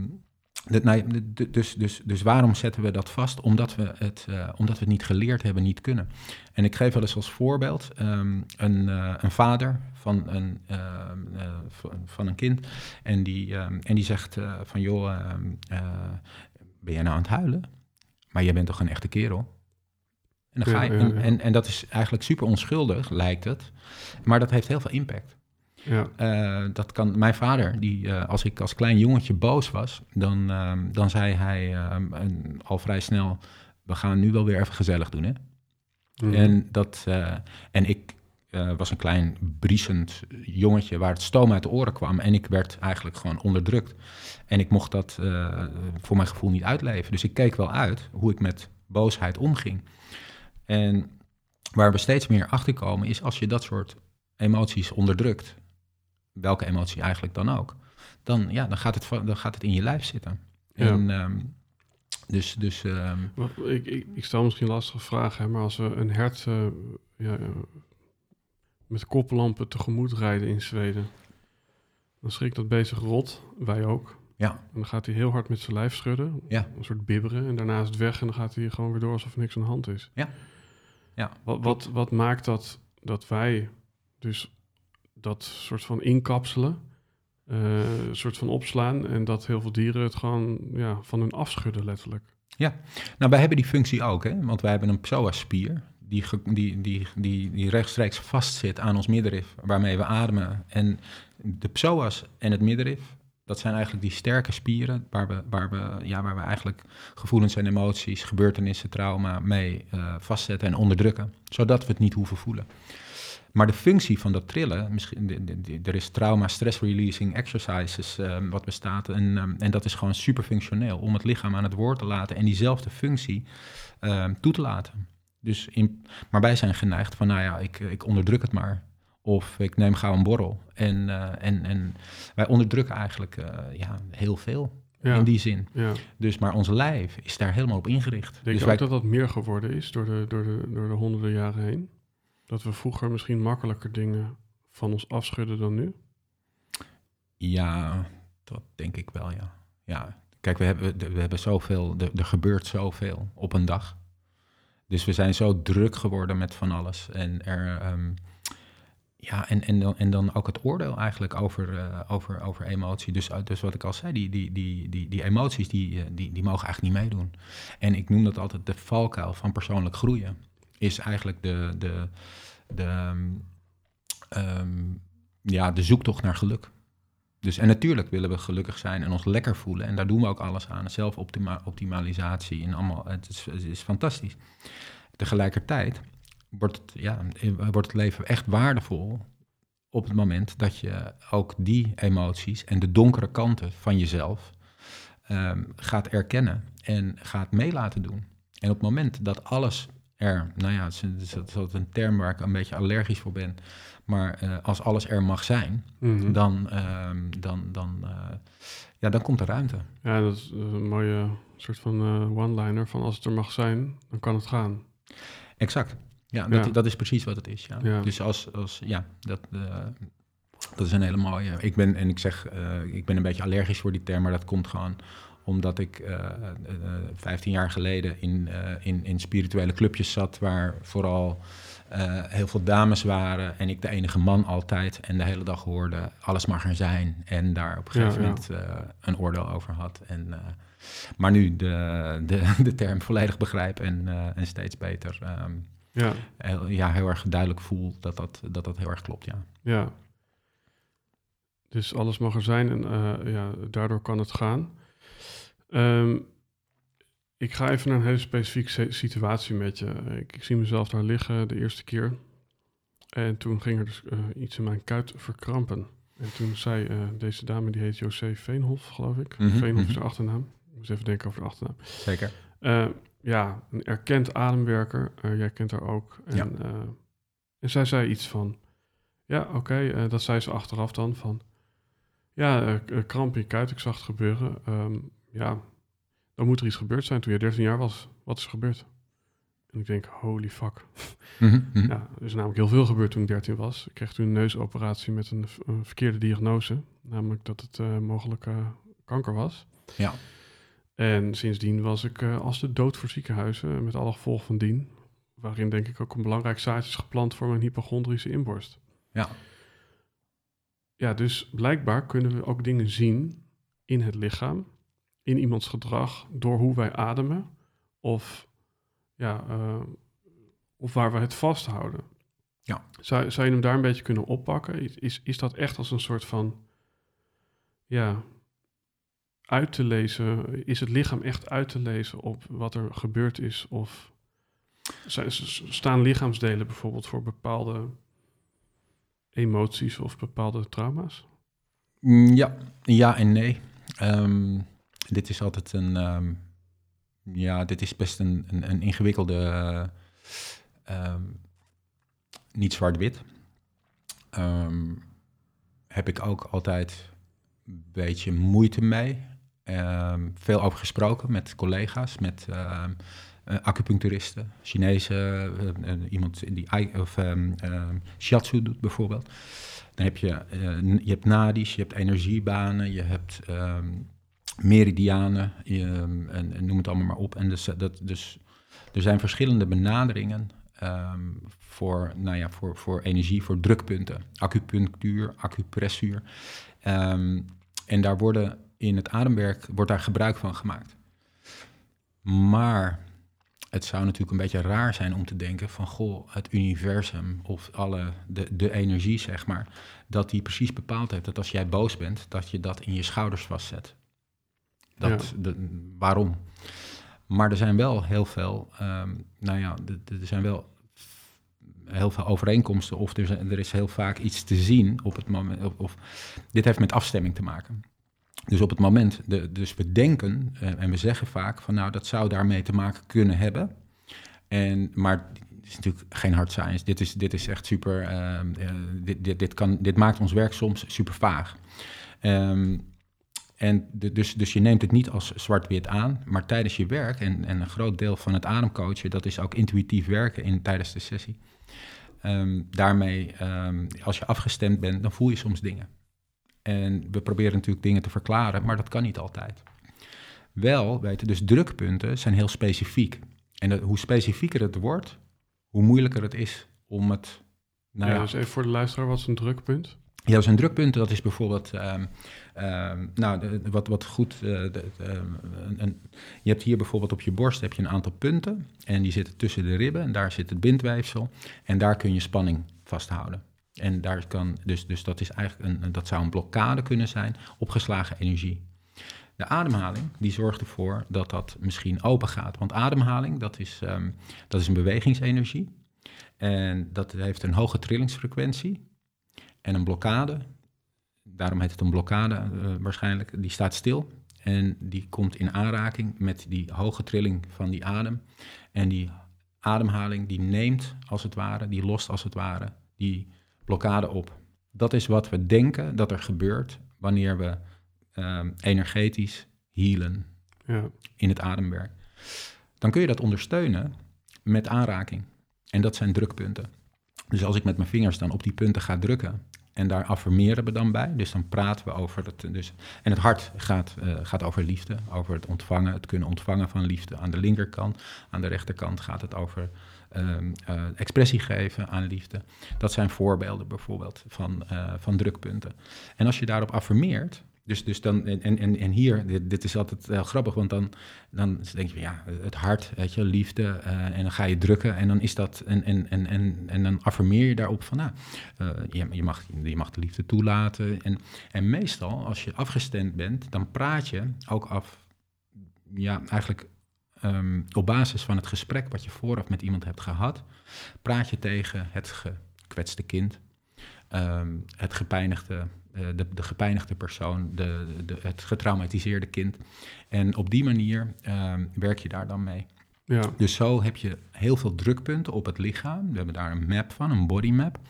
dus waarom zetten we dat vast? Omdat we het niet geleerd hebben, niet kunnen. En ik geef wel eens als voorbeeld een vader van een kind, en die zegt van joh, ben jij nou aan het huilen? Maar jij bent toch een echte kerel? En dan ga je, en dat is eigenlijk super onschuldig, lijkt het. Maar dat heeft heel veel impact. Ja. Dat kan mijn vader, die als ik als klein jongetje boos was, dan zei hij al vrij snel, we gaan nu wel weer even gezellig doen, hè? Mm-hmm. En ik was een klein briesend jongetje waar het stoom uit de oren kwam en ik werd eigenlijk gewoon onderdrukt. En ik mocht dat voor mijn gevoel niet uitleven. Dus ik keek wel uit hoe ik met boosheid omging. En waar we steeds meer achter komen is als je dat soort emoties onderdrukt, welke emotie eigenlijk dan ook, dan gaat het in je lijf zitten. Ja. En, ik stel misschien lastige vragen, hè, maar als we een hert met koplampen tegemoet rijden in Zweden, dan schrikt dat beest zich rot, wij ook. Ja. En dan gaat hij heel hard met zijn lijf schudden, een soort bibberen, en daarna is het weg en dan gaat hij gewoon weer door alsof er niks aan de hand is. Ja. Ja. Wat maakt dat wij dus dat soort van inkapselen, een soort van opslaan en dat heel veel dieren het gewoon van hun afschudden letterlijk? Ja, nou wij hebben die functie ook, hè? Want wij hebben een psoasspier die rechtstreeks vastzit aan ons middenrif, waarmee we ademen. En de psoas en het middenrif, dat zijn eigenlijk die sterke spieren waar we eigenlijk gevoelens en emoties, gebeurtenissen, trauma mee vastzetten en onderdrukken, zodat we het niet hoeven voelen. Maar de functie van dat trillen, er is trauma stress releasing exercises wat bestaat en dat is gewoon super functioneel om het lichaam aan het woord te laten en diezelfde functie toe te laten. Dus maar wij zijn geneigd van, ik onderdruk het maar. Of ik neem gauw een borrel. En wij onderdrukken eigenlijk heel veel in die zin. Ja. Dus, maar ons lijf is daar helemaal op ingericht. Denk je ook dat dat meer geworden is door de honderden jaren heen? Dat we vroeger misschien makkelijker dingen van ons afschudden dan nu? Ja, dat denk ik wel, ja. Ja, kijk, we hebben zoveel, er gebeurt zoveel op een dag. Dus we zijn zo druk geworden met van alles. En en dan ook het oordeel eigenlijk over emotie. Dus wat ik al zei, die emoties, die mogen eigenlijk niet meedoen. En ik noem dat altijd de valkuil van persoonlijk groeien. Is eigenlijk de zoektocht naar geluk. En natuurlijk willen we gelukkig zijn en ons lekker voelen. En daar doen we ook alles aan. Zelfoptimalisatie en allemaal. Het is fantastisch. Tegelijkertijd wordt het leven echt waardevol op het moment dat je ook die emoties en de donkere kanten van jezelf gaat erkennen en gaat mee laten doen. En op het moment dat alles dat is een term waar ik een beetje allergisch voor ben, maar als alles er mag zijn, dan komt er ruimte. Ja, dat is een mooie soort van one-liner van als het er mag zijn, dan kan het gaan. Exact. Dat is precies wat het is. Ja. Ja. Dus dat is een hele mooie. Ik ben een beetje allergisch voor die term, maar dat komt gewoon omdat ik 15 jaar geleden in spirituele clubjes zat, waar vooral heel veel dames waren en ik de enige man altijd en de hele dag hoorde, alles mag er zijn. En daar op een gegeven moment een oordeel over had. Maar nu de term volledig begrijp en steeds beter heel erg duidelijk voel dat heel erg klopt, ja. Ja. Dus alles mag er zijn en daardoor kan het gaan. Ik ga even naar een hele specifieke situatie met je. Ik zie mezelf daar liggen de eerste keer. En toen ging er dus iets in mijn kuit verkrampen. En toen zei deze dame, die heet José Veenhof, geloof ik. Veenhof is haar achternaam. Ik moest even denken over de achternaam. Zeker. Een erkend ademwerker. Jij kent haar ook. En zij zei iets van... dat zei ze achteraf dan van... kramp in je kuit, ik zag het gebeuren. Dan moet er iets gebeurd zijn toen je 13 jaar was. Wat is er gebeurd? En ik denk, holy fuck. Er is namelijk heel veel gebeurd toen ik 13 was. Ik kreeg toen een neusoperatie met een verkeerde diagnose. Namelijk dat het mogelijk kanker was. Ja. En sindsdien was ik als de dood voor ziekenhuizen met alle gevolgen van dien. Waarin denk ik ook een belangrijk zaadje is geplant voor mijn hypochondrische inborst. Ja. Ja, dus blijkbaar kunnen we ook dingen zien in het lichaam, in iemands gedrag, door hoe wij ademen of waar we het vasthouden. Ja. Zou je hem daar een beetje kunnen oppakken? Is dat echt als een soort van, uit te lezen? Is het lichaam echt uit te lezen op wat er gebeurd is? Of staan lichaamsdelen bijvoorbeeld voor bepaalde emoties of bepaalde trauma's? Ja en nee. Dit is altijd dit is best een ingewikkelde, niet zwart-wit. Heb ik ook altijd een beetje moeite mee. Veel over gesproken met collega's, met acupuncturisten, Chinese, iemand die shiatsu doet bijvoorbeeld. Dan heb je hebt nadis, je hebt energiebanen, je hebt meridianen, en noem het allemaal maar op. En dus er zijn verschillende benaderingen voor energie, voor drukpunten. Acupunctuur, acupressuur. En daar in het ademwerk wordt daar gebruik van gemaakt. Maar het zou natuurlijk een beetje raar zijn om te denken van, het universum of de energie, zeg maar, dat die precies bepaald heeft dat als jij boos bent, dat je dat in je schouders vastzet. Waarom? Maar er zijn wel heel veel, er zijn wel heel veel overeenkomsten of er is heel vaak iets te zien op het moment, of dit heeft met afstemming te maken. Dus op het moment, dus we denken en we zeggen vaak van dat zou daarmee te maken kunnen hebben. Maar het is natuurlijk geen hard science. Dit is echt super, dit maakt ons werk soms super vaag. Dus je neemt het niet als zwart-wit aan, maar tijdens je werk, en een groot deel van het ademcoachen, dat is ook intuïtief werken tijdens de sessie. Daarmee, als je afgestemd bent, dan voel je soms dingen. En we proberen natuurlijk dingen te verklaren, maar dat kan niet altijd. Wel weten, dus drukpunten zijn heel specifiek. En hoe specifieker het wordt, hoe moeilijker het is om het... Dus even voor de luisteraar, wat is een drukpunt? Ja, dus een drukpunt, dat is bijvoorbeeld... wat goed... je hebt hier bijvoorbeeld op je borst heb je een aantal punten. En die zitten tussen de ribben. En daar zit het bindweefsel. En daar kun je spanning vasthouden. En daar kan, dus dat is eigenlijk dat zou een blokkade kunnen zijn, opgeslagen energie. De ademhaling die zorgt ervoor dat dat misschien open gaat. Want ademhaling, dat is een bewegingsenergie. En dat heeft een hoge trillingsfrequentie. En een blokkade, daarom heet het een blokkade waarschijnlijk, die staat stil. En die komt in aanraking met die hoge trilling van die adem. En die ademhaling die neemt als het ware, die lost als het ware die blokkade op. Dat is wat we denken dat er gebeurt wanneer we energetisch healen in het ademwerk. Dan kun je dat ondersteunen met aanraking. En dat zijn drukpunten. Dus als ik met mijn vingers dan op die punten ga drukken en daar affirmeren we dan bij. Dus dan praten we over dat. En het hart gaat over liefde, over het ontvangen, het kunnen ontvangen van liefde. Aan de linkerkant, aan de rechterkant gaat het over expressie geven aan liefde. Dat zijn voorbeelden bijvoorbeeld van drukpunten. En als je daarop affirmeert, dus dan, en hier, dit is altijd heel grappig, want dan denk je, ja, het hart, weet je, liefde, en dan ga je drukken en dan is dat, en dan affirmeer je daarop van, je mag de liefde toelaten. En meestal, als je afgestemd bent, dan praat je ook af, ja, eigenlijk op basis van het gesprek wat je vooraf met iemand hebt gehad, praat je tegen het gekwetste kind, het gepijnigde, de gepijnigde persoon, het getraumatiseerde kind. En op die manier werk je daar dan mee. Ja. Dus zo heb je heel veel drukpunten op het lichaam. We hebben daar een map van, een body map.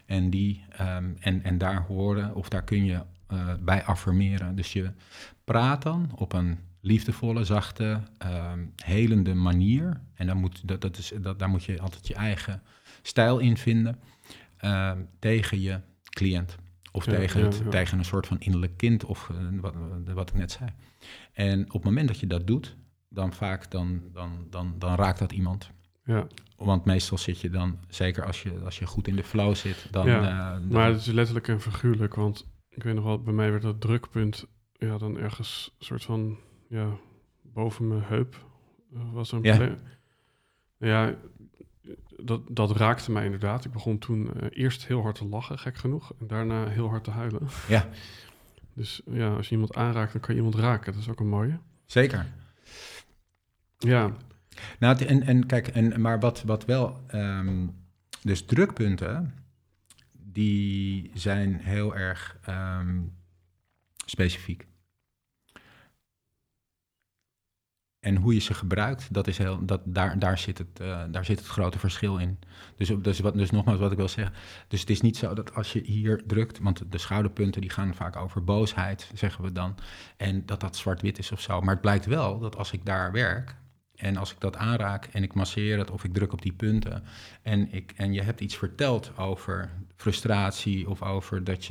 En daar horen, of daar kun je bij affirmeren. Dus je praat dan op een liefdevolle, zachte, helende manier. En daar moet je altijd je eigen stijl in vinden. Tegen je cliënt. Of tegen een soort van innerlijk kind, of wat ik net zei. En op het moment dat je dat doet, dan raakt dat iemand. Ja. Want meestal zit je dan, zeker als je goed in de flow zit, dan... maar het is letterlijk en figuurlijk, want ik weet nog wel, bij mij werd dat drukpunt dan ergens soort van, boven mijn heup was een plek. Ja, dat raakte mij inderdaad. Ik begon toen eerst heel hard te lachen, gek genoeg. En daarna heel hard te huilen. Ja. Dus als je iemand aanraakt, dan kan je iemand raken. Dat is ook een mooie. Zeker. Ja. Nou, maar wat wel... dus drukpunten, die zijn heel erg specifiek. En hoe je ze gebruikt, daar zit het grote verschil in. Dus nogmaals wat ik wil zeggen. Dus het is niet zo dat als je hier drukt, want de schouderpunten die gaan vaak over boosheid, zeggen we dan. En dat zwart-wit is of zo. Maar het blijkt wel dat als ik daar werk en als ik dat aanraak en ik masseer het of ik druk op die punten en je hebt iets verteld over frustratie of over dat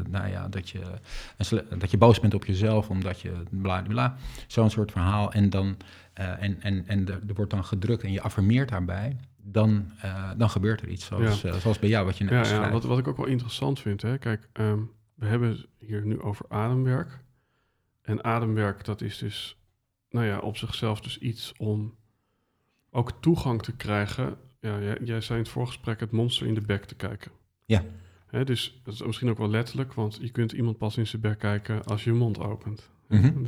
je boos bent op jezelf omdat je bla bla, zo'n soort verhaal en dan er wordt dan gedrukt en je affirmeert daarbij, dan gebeurt er iets zoals bij jou wat je net beschrijft. Wat ik ook wel interessant vind, hè? Kijk, we hebben hier nu over ademwerk en ademwerk, dat is dus op zichzelf dus iets om ook toegang te krijgen. Ja, jij zei in het voorgesprek het monster in de bek te kijken. Ja. Dus dat is misschien ook wel letterlijk, want je kunt iemand pas in zijn bek kijken als je je mond opent. Mm-hmm.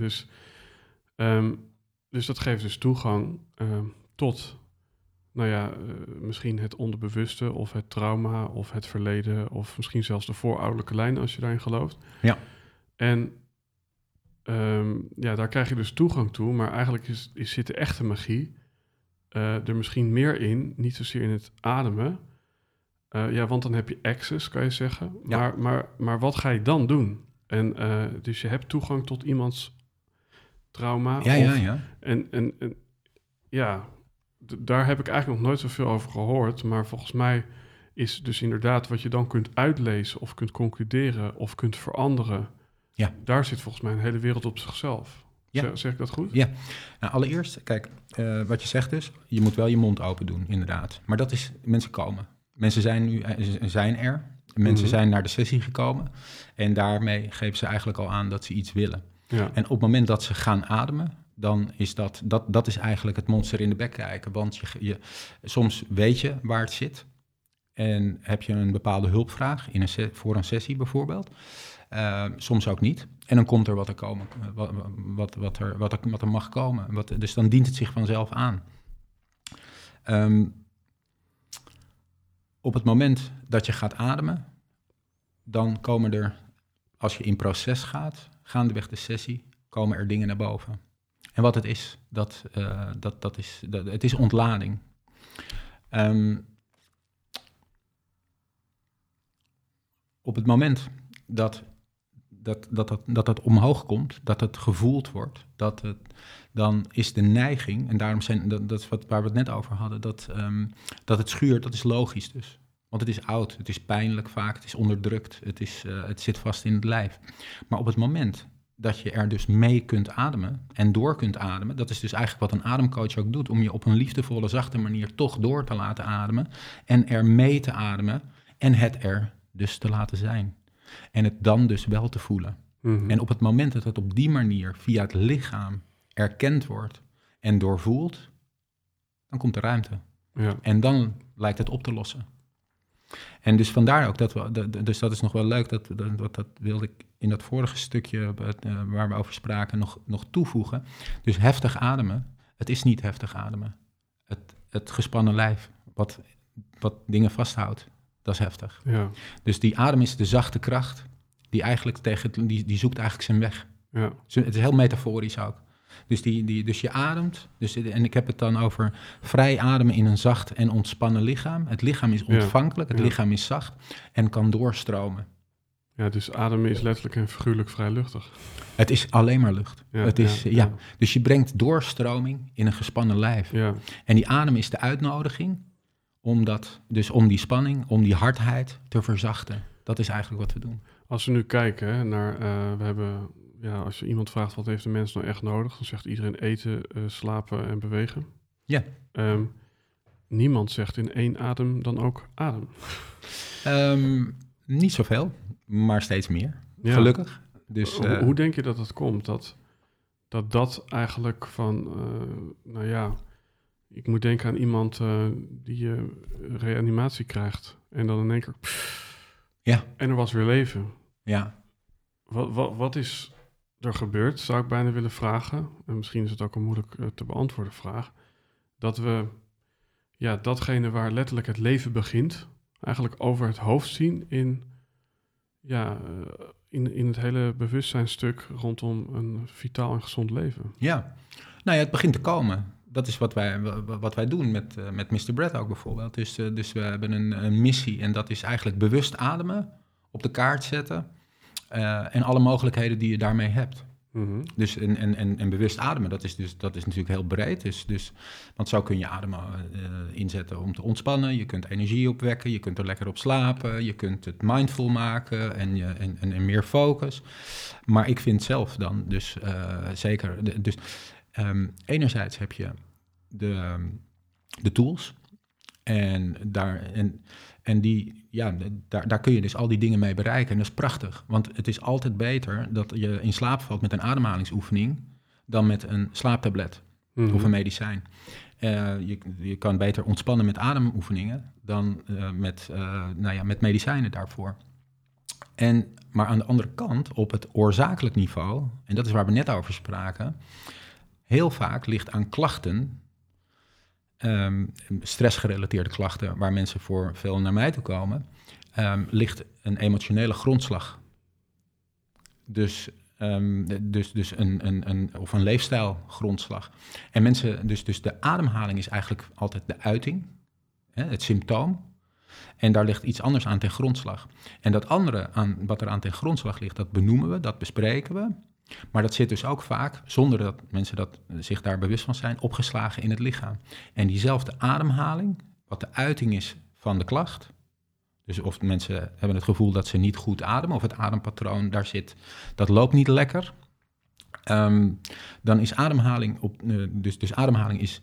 Dus dat geeft dus toegang tot, misschien het onderbewuste of het trauma of het verleden of misschien zelfs de voorouderlijke lijn als je daarin gelooft. Ja. En daar krijg je dus toegang toe, maar eigenlijk zit de echte magie er misschien meer in, niet zozeer in het ademen. Want dan heb je access, kan je zeggen. Ja. Maar wat ga je dan doen? En dus je hebt toegang tot iemands trauma. Ja. Daar heb ik eigenlijk nog nooit zoveel over gehoord. Maar volgens mij is dus inderdaad wat je dan kunt uitlezen of kunt concluderen of kunt veranderen. Ja. Daar zit volgens mij een hele wereld op zichzelf. Ja. Zeg ik dat goed? Ja. Nou, allereerst, kijk, wat je zegt dus, je moet wel je mond open doen, inderdaad. Maar dat is, mensen komen. Mensen zijn er. Mensen zijn naar de sessie gekomen. En daarmee geven ze eigenlijk al aan dat ze iets willen. Ja. En op het moment dat ze gaan ademen, dan is dat is eigenlijk het monster in de bek kijken. Want soms weet je waar het zit. En heb je een bepaalde hulpvraag voor een sessie bijvoorbeeld. Soms ook niet. En dan komt er wat er mag komen. Dus dan dient het zich vanzelf aan. Op het moment dat je gaat ademen, dan komen er, als je in proces gaat, gaandeweg de sessie, komen er dingen naar boven. En wat het is, het is ontlading. Op het moment dat omhoog komt, dat het gevoeld wordt, dan is de neiging, en daarom dat is waar we het net over hadden, dat het schuurt, dat is logisch dus. Want het is oud, het is pijnlijk vaak, het is onderdrukt, het zit vast in het lijf. Maar op het moment dat je er dus mee kunt ademen en door kunt ademen, dat is dus eigenlijk wat een ademcoach ook doet, om je op een liefdevolle, zachte manier toch door te laten ademen en er mee te ademen en het er dus te laten zijn. En het dan dus wel te voelen. Mm-hmm. En op het moment dat het op die manier via het lichaam erkend wordt en doorvoelt, dan komt er ruimte. Ja. En dan lijkt het op te lossen. En dus vandaar ook dus dat is nog wel leuk, dat wilde ik in dat vorige stukje waar we over spraken nog toevoegen. Dus heftig ademen, het is niet heftig ademen. Het gespannen lijf, wat dingen vasthoudt, dat is heftig. Ja. Dus die adem is de zachte kracht die eigenlijk die zoekt eigenlijk zijn weg. Ja. Het is heel metaforisch ook. Dus je ademt, en ik heb het dan over vrij ademen in een zacht en ontspannen lichaam. Het lichaam is ontvankelijk, het lichaam is zacht en kan doorstromen. Ja, dus ademen is letterlijk en figuurlijk vrij luchtig. Het is alleen maar lucht. Ja, Dus je brengt doorstroming in een gespannen lijf. Ja. En die adem is de uitnodiging om die spanning, om die hardheid te verzachten. Dat is eigenlijk wat we doen. Als we nu kijken naar, als je iemand vraagt wat heeft de mens nou echt nodig, dan zegt iedereen eten, slapen en bewegen. Ja. Niemand zegt in één adem dan ook adem. Niet zoveel, maar steeds meer. Ja. Gelukkig. Dus, hoe denk je dat het komt? Dat eigenlijk van, ik moet denken aan iemand die reanimatie krijgt en dan in één keer, en er was weer leven. Ja. Wat is er gebeurd, zou ik bijna willen vragen, en misschien is het ook een moeilijk te beantwoorden vraag, dat we datgene waar letterlijk het leven begint, eigenlijk over het hoofd zien in het hele bewustzijnstuk rondom een vitaal en gezond leven. Ja, het begint te komen. Dat is wat wij doen met Mr. Breath ook bijvoorbeeld. Dus we hebben een missie en dat is eigenlijk bewust ademen, op de kaart zetten en alle mogelijkheden die je daarmee hebt. Mm-hmm. Dus en bewust ademen, dat is natuurlijk heel breed. Want zo kun je ademen inzetten om te ontspannen. Je kunt energie opwekken, je kunt er lekker op slapen, je kunt het mindful maken en meer focus. Maar ik vind zelf dan dus zeker. Enerzijds heb je de tools en daar kun je dus al die dingen mee bereiken. En dat is prachtig, want het is altijd beter dat je in slaap valt met een ademhalingsoefening dan met een slaaptablet of een medicijn. Je kan beter ontspannen met ademoefeningen dan met medicijnen daarvoor. Maar aan de andere kant, op het oorzakelijk niveau, en dat is waar we net over spraken, heel vaak ligt aan klachten, stressgerelateerde klachten, waar mensen voor veel naar mij toe komen, ligt een emotionele grondslag. Dus of een leefstijlgrondslag. En mensen, dus de ademhaling is eigenlijk altijd de uiting, het symptoom. En daar ligt iets anders aan ten grondslag. En dat andere wat er aan ten grondslag ligt, dat benoemen we, dat bespreken we. Maar dat zit dus ook vaak, zonder dat mensen zich daar bewust van zijn, opgeslagen in het lichaam. En diezelfde ademhaling, wat de uiting is van de klacht, dus of mensen hebben het gevoel dat ze niet goed ademen, of het adempatroon daar zit, dat loopt niet lekker, dan is ademhaling, dus ademhaling is,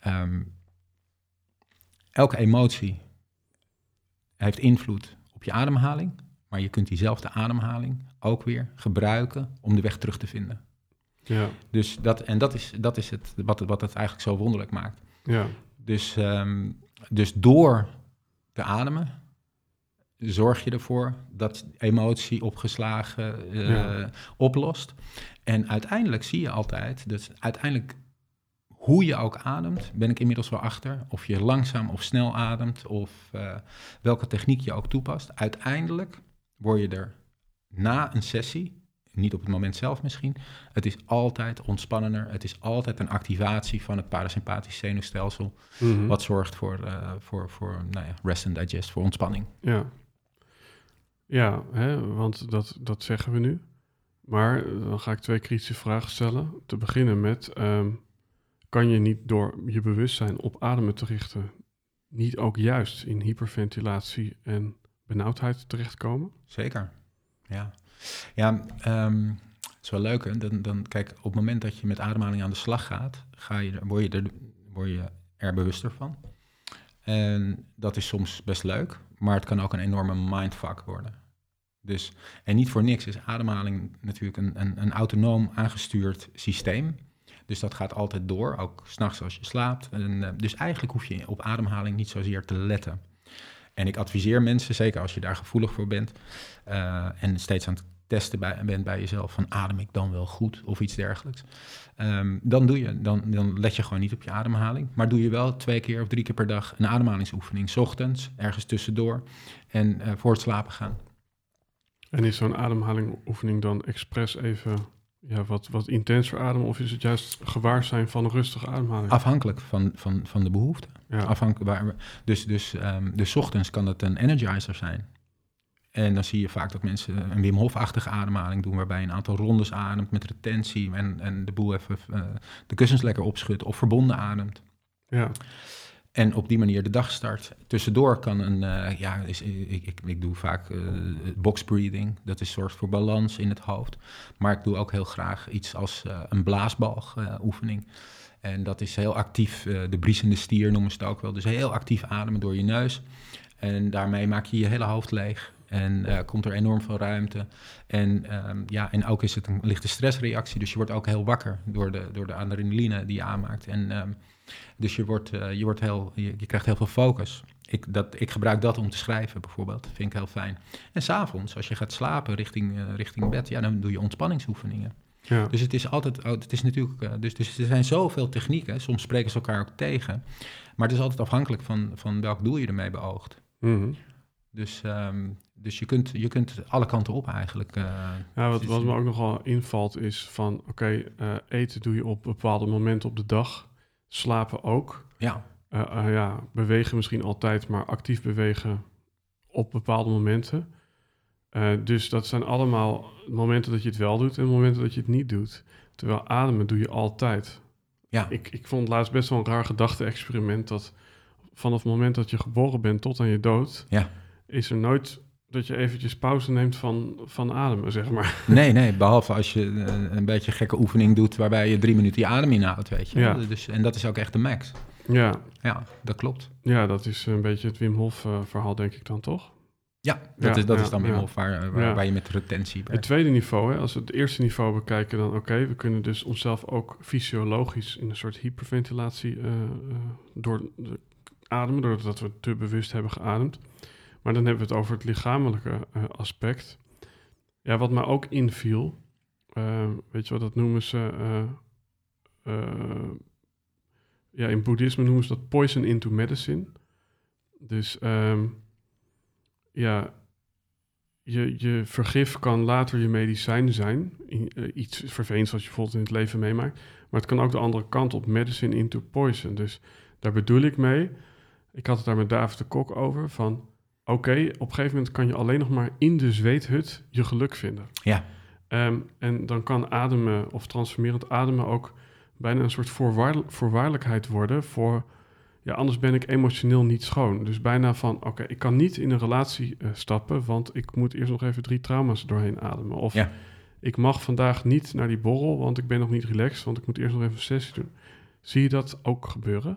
elke emotie heeft invloed op je ademhaling, maar je kunt diezelfde ademhaling ook weer gebruiken om de weg terug te vinden. Ja. Dus dat is het wat het eigenlijk zo wonderlijk maakt. Ja. Dus door te ademen, zorg je ervoor dat emotie opgeslagen oplost. En uiteindelijk zie je altijd, dus uiteindelijk hoe je ook ademt, ben ik inmiddels wel achter. Of je langzaam of snel ademt, of welke techniek je ook toepast. Uiteindelijk word je er na een sessie, niet op het moment zelf misschien, het is altijd ontspannender. Het is altijd een activatie van het parasympathisch zenuwstelsel, wat zorgt voor rest and digest, voor ontspanning. Ja, want dat zeggen we nu. Maar dan ga ik 2 kritische vragen stellen. Te beginnen met, kan je niet door je bewustzijn op ademen te richten, niet ook juist in hyperventilatie en benauwdheid terechtkomen? Zeker, ja. Ja, het is wel leuk. Hè? Dan, kijk, op het moment dat je met ademhaling aan de slag gaat, word je er bewuster van. En dat is soms best leuk, maar het kan ook een enorme mindfuck worden. Dus, en niet voor niks is ademhaling natuurlijk een autonoom aangestuurd systeem. Dus dat gaat altijd door, ook 's nachts als je slaapt. En, dus eigenlijk hoef je op ademhaling niet zozeer te letten. En ik adviseer mensen, zeker als je daar gevoelig voor bent, en steeds aan het testen bent bij jezelf van adem ik dan wel goed of iets dergelijks. Dan let je gewoon niet op je ademhaling. Maar doe je wel 2 keer of 3 keer per dag een ademhalingsoefening. 's Ochtends, ergens tussendoor en voor het slapen gaan. En is zo'n ademhalingoefening dan expres even wat intenser ademen? Of is het juist gewaar zijn van een rustige ademhaling? Afhankelijk van de behoefte. Ja. Dus 's ochtends kan het een energizer zijn. En dan zie je vaak dat mensen een Wim Hof-achtige ademhaling doen, waarbij je een aantal rondes ademt met retentie en de boel even de kussens lekker opschudt of verbonden ademt. Ja. En op die manier de dag start. Tussendoor kan ik doe vaak box breathing. Dat zorgt voor balans in het hoofd. Maar ik doe ook heel graag iets als een blaasbalgoefening. En dat is heel actief, de briesende stier noemen ze het ook wel. Dus heel actief ademen door je neus. En daarmee maak je je hele hoofd leeg. En komt er enorm veel ruimte. En ook is het een lichte stressreactie. Dus je wordt ook heel wakker door de adrenaline die je aanmaakt. Dus je krijgt heel veel focus. Ik gebruik dat om te schrijven bijvoorbeeld. Dat vind ik heel fijn. En 's avonds, als je gaat slapen richting bed, dan doe je ontspanningsoefeningen. Ja. Dus het is natuurlijk. Dus er zijn zoveel technieken. Soms spreken ze elkaar ook tegen. Maar het is altijd afhankelijk van welk doel je ermee beoogt. Mm-hmm. Dus je kunt alle kanten op eigenlijk. Wat me ook nogal invalt is van, eten doe je op bepaalde momenten op de dag. Slapen ook. Ja. Bewegen misschien altijd, maar actief bewegen op bepaalde momenten. Dus dat zijn allemaal momenten dat je het wel doet en momenten dat je het niet doet. Terwijl ademen doe je altijd. Ja. Ik vond het laatst best wel een raar gedachte-experiment dat vanaf het moment dat je geboren bent tot aan je dood, is er nooit dat je eventjes pauze neemt van ademen, zeg maar. Nee, behalve als je een beetje gekke oefening doet waarbij je 3 minuten je adem inhoudt, weet je. Ja. Dus, en dat is ook echt de max. Ja, dat klopt. Ja, dat is een beetje het Wim Hof verhaal, denk ik dan, toch? Ja, dat is dan Wim Hof waar je met retentie werkt. Het tweede niveau, als we het eerste niveau bekijken, dan we kunnen dus onszelf ook fysiologisch in een soort hyperventilatie door ademen, doordat we te bewust hebben geademd. Maar dan hebben we het over het lichamelijke aspect. Ja, wat mij ook inviel, weet je wat, dat noemen ze, in boeddhisme noemen ze dat poison into medicine. Dus je vergif kan later je medicijn zijn. Iets vervelends wat je bijvoorbeeld in het leven meemaakt. Maar het kan ook de andere kant op, medicine into poison. Dus daar bedoel ik mee, ik had het daar met David de Kok over, van op een gegeven moment kan je alleen nog maar in de zweethut je geluk vinden. Ja. En dan kan ademen of transformerend ademen ook bijna een soort voorwaardelijkheid worden voor, anders ben ik emotioneel niet schoon. Dus bijna van, ik kan niet in een relatie stappen, want ik moet eerst nog even 3 trauma's doorheen ademen. Of ik mag vandaag niet naar die borrel, want ik ben nog niet relaxed, want ik moet eerst nog even een sessie doen. Zie je dat ook gebeuren?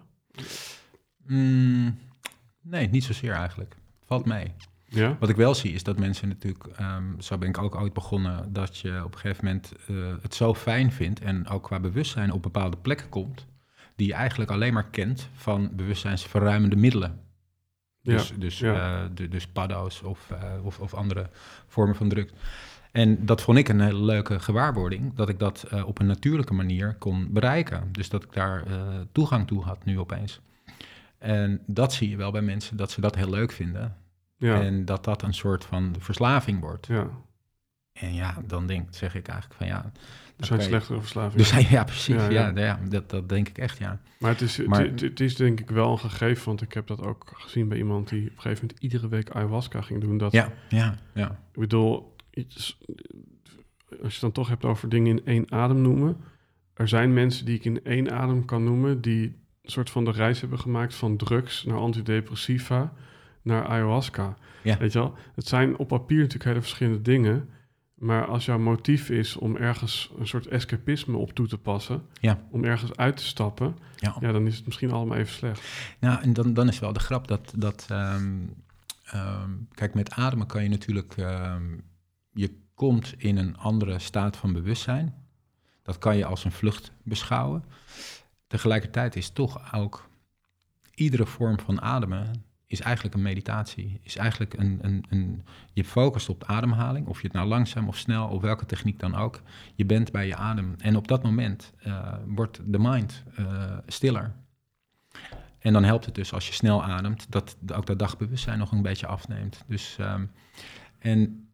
Nee, niet zozeer eigenlijk. Valt mee. Ja? Wat ik wel zie is dat mensen natuurlijk, zo ben ik ook ooit begonnen, dat je op een gegeven moment het zo fijn vindt en ook qua bewustzijn op bepaalde plekken komt, die je eigenlijk alleen maar kent van bewustzijnsverruimende middelen. Dus paddo's of andere vormen van drugs. En dat vond ik een hele leuke gewaarwording, dat ik dat op een natuurlijke manier kon bereiken. Dus dat ik daar toegang toe had nu opeens. En dat zie je wel bij mensen, dat ze dat heel leuk vinden. Ja. En dat een soort van verslaving wordt. Ja. En ja, dan zeg ik eigenlijk van ja... Er zijn slechtere verslavingen. Ja, precies. Ja, dat denk ik echt, ja. Maar het is denk ik wel een gegeven, want ik heb dat ook gezien bij iemand die op een gegeven moment iedere week ayahuasca ging doen. Dat, ja. Ik bedoel, als je het dan toch hebt over dingen in één adem noemen. Er zijn mensen die ik in één adem kan noemen, die een soort van de reis hebben gemaakt van drugs naar antidepressiva naar ayahuasca. Ja. Weet je wel? Het zijn op papier natuurlijk hele verschillende dingen. Maar als jouw motief is om ergens een soort escapisme op toe te passen, om ergens uit te stappen, dan is het misschien allemaal even slecht. Nou, en dan is wel de grap dat kijk, met ademen kan je natuurlijk, je komt in een andere staat van bewustzijn. Dat kan je als een vlucht beschouwen. Tegelijkertijd is toch ook iedere vorm van ademen is eigenlijk een meditatie. Is eigenlijk je focust op de ademhaling, of je het nou langzaam of snel, of welke techniek dan ook. Je bent bij je adem. En op dat moment wordt de mind stiller. En dan helpt het dus als je snel ademt, dat ook dat dagbewustzijn nog een beetje afneemt. Dus, en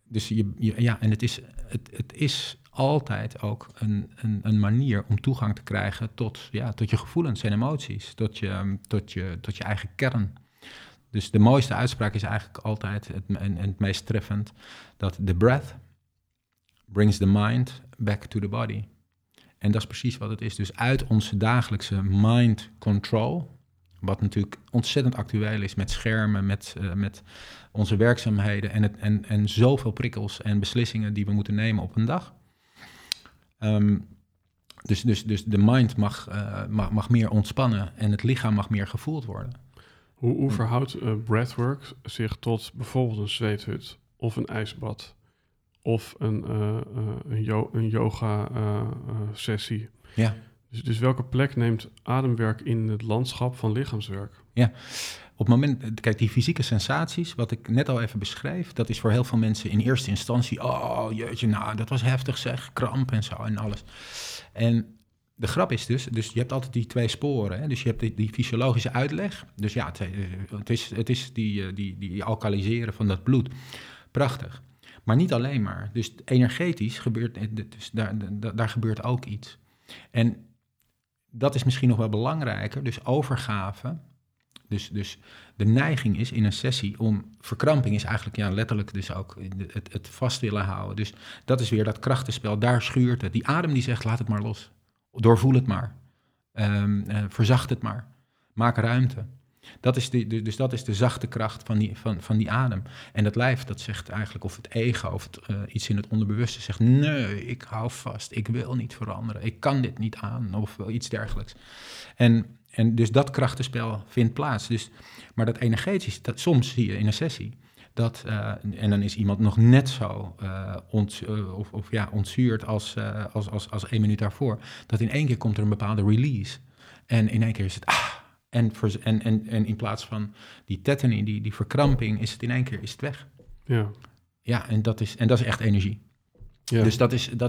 het is altijd ook een manier om toegang te krijgen tot je gevoelens en emoties, tot je eigen kern. Dus de mooiste uitspraak is eigenlijk altijd het meest treffend, dat the breath brings the mind back to the body. En dat is precies wat het is. Dus uit onze dagelijkse mind control, wat natuurlijk ontzettend actueel is met schermen, met onze werkzaamheden en zoveel prikkels en beslissingen die we moeten nemen op een dag. Dus de mind mag meer ontspannen en het lichaam mag meer gevoeld worden. Hoe verhoudt breathwork zich tot bijvoorbeeld een zweethut of een ijsbad of een yoga sessie? Ja. Dus welke plek neemt ademwerk in het landschap van lichaamswerk? Ja, op het moment, kijk, die fysieke sensaties, wat ik net al even beschreef, dat is voor heel veel mensen in eerste instantie, oh jeetje, nou, dat was heftig zeg, kramp en zo en alles. En de grap is dus je hebt altijd die twee sporen. Hè? Dus je hebt die fysiologische uitleg. Dus ja, het is die alkaliseren van dat bloed. Prachtig. Maar niet alleen maar. Dus energetisch gebeurt, dus daar gebeurt ook iets. En dat is misschien nog wel belangrijker. Dus overgave. Dus de neiging is in een sessie om... Verkramping is eigenlijk letterlijk dus ook het vast willen houden. Dus dat is weer dat krachtenspel. Daar schuurt het. Die adem die zegt, laat het maar los. Doorvoel het maar. Verzacht het maar. Maak ruimte. Dat is de zachte kracht van die adem. En dat lijf, dat zegt eigenlijk, of het ego, of iets in het onderbewuste zegt, nee, ik hou vast, ik wil niet veranderen, ik kan dit niet aan, of iets dergelijks. En dus dat krachtenspel vindt plaats. Maar dat energetisch, soms zie je in een sessie, en dan is iemand nog net zo ontzuurd als 1 minuut daarvoor, dat in één keer komt er een bepaalde release. En in één keer is het en in plaats van die tetany, die verkramping, is het in één keer weg. Ja. Ja, en dat is echt energie. Ja. Dus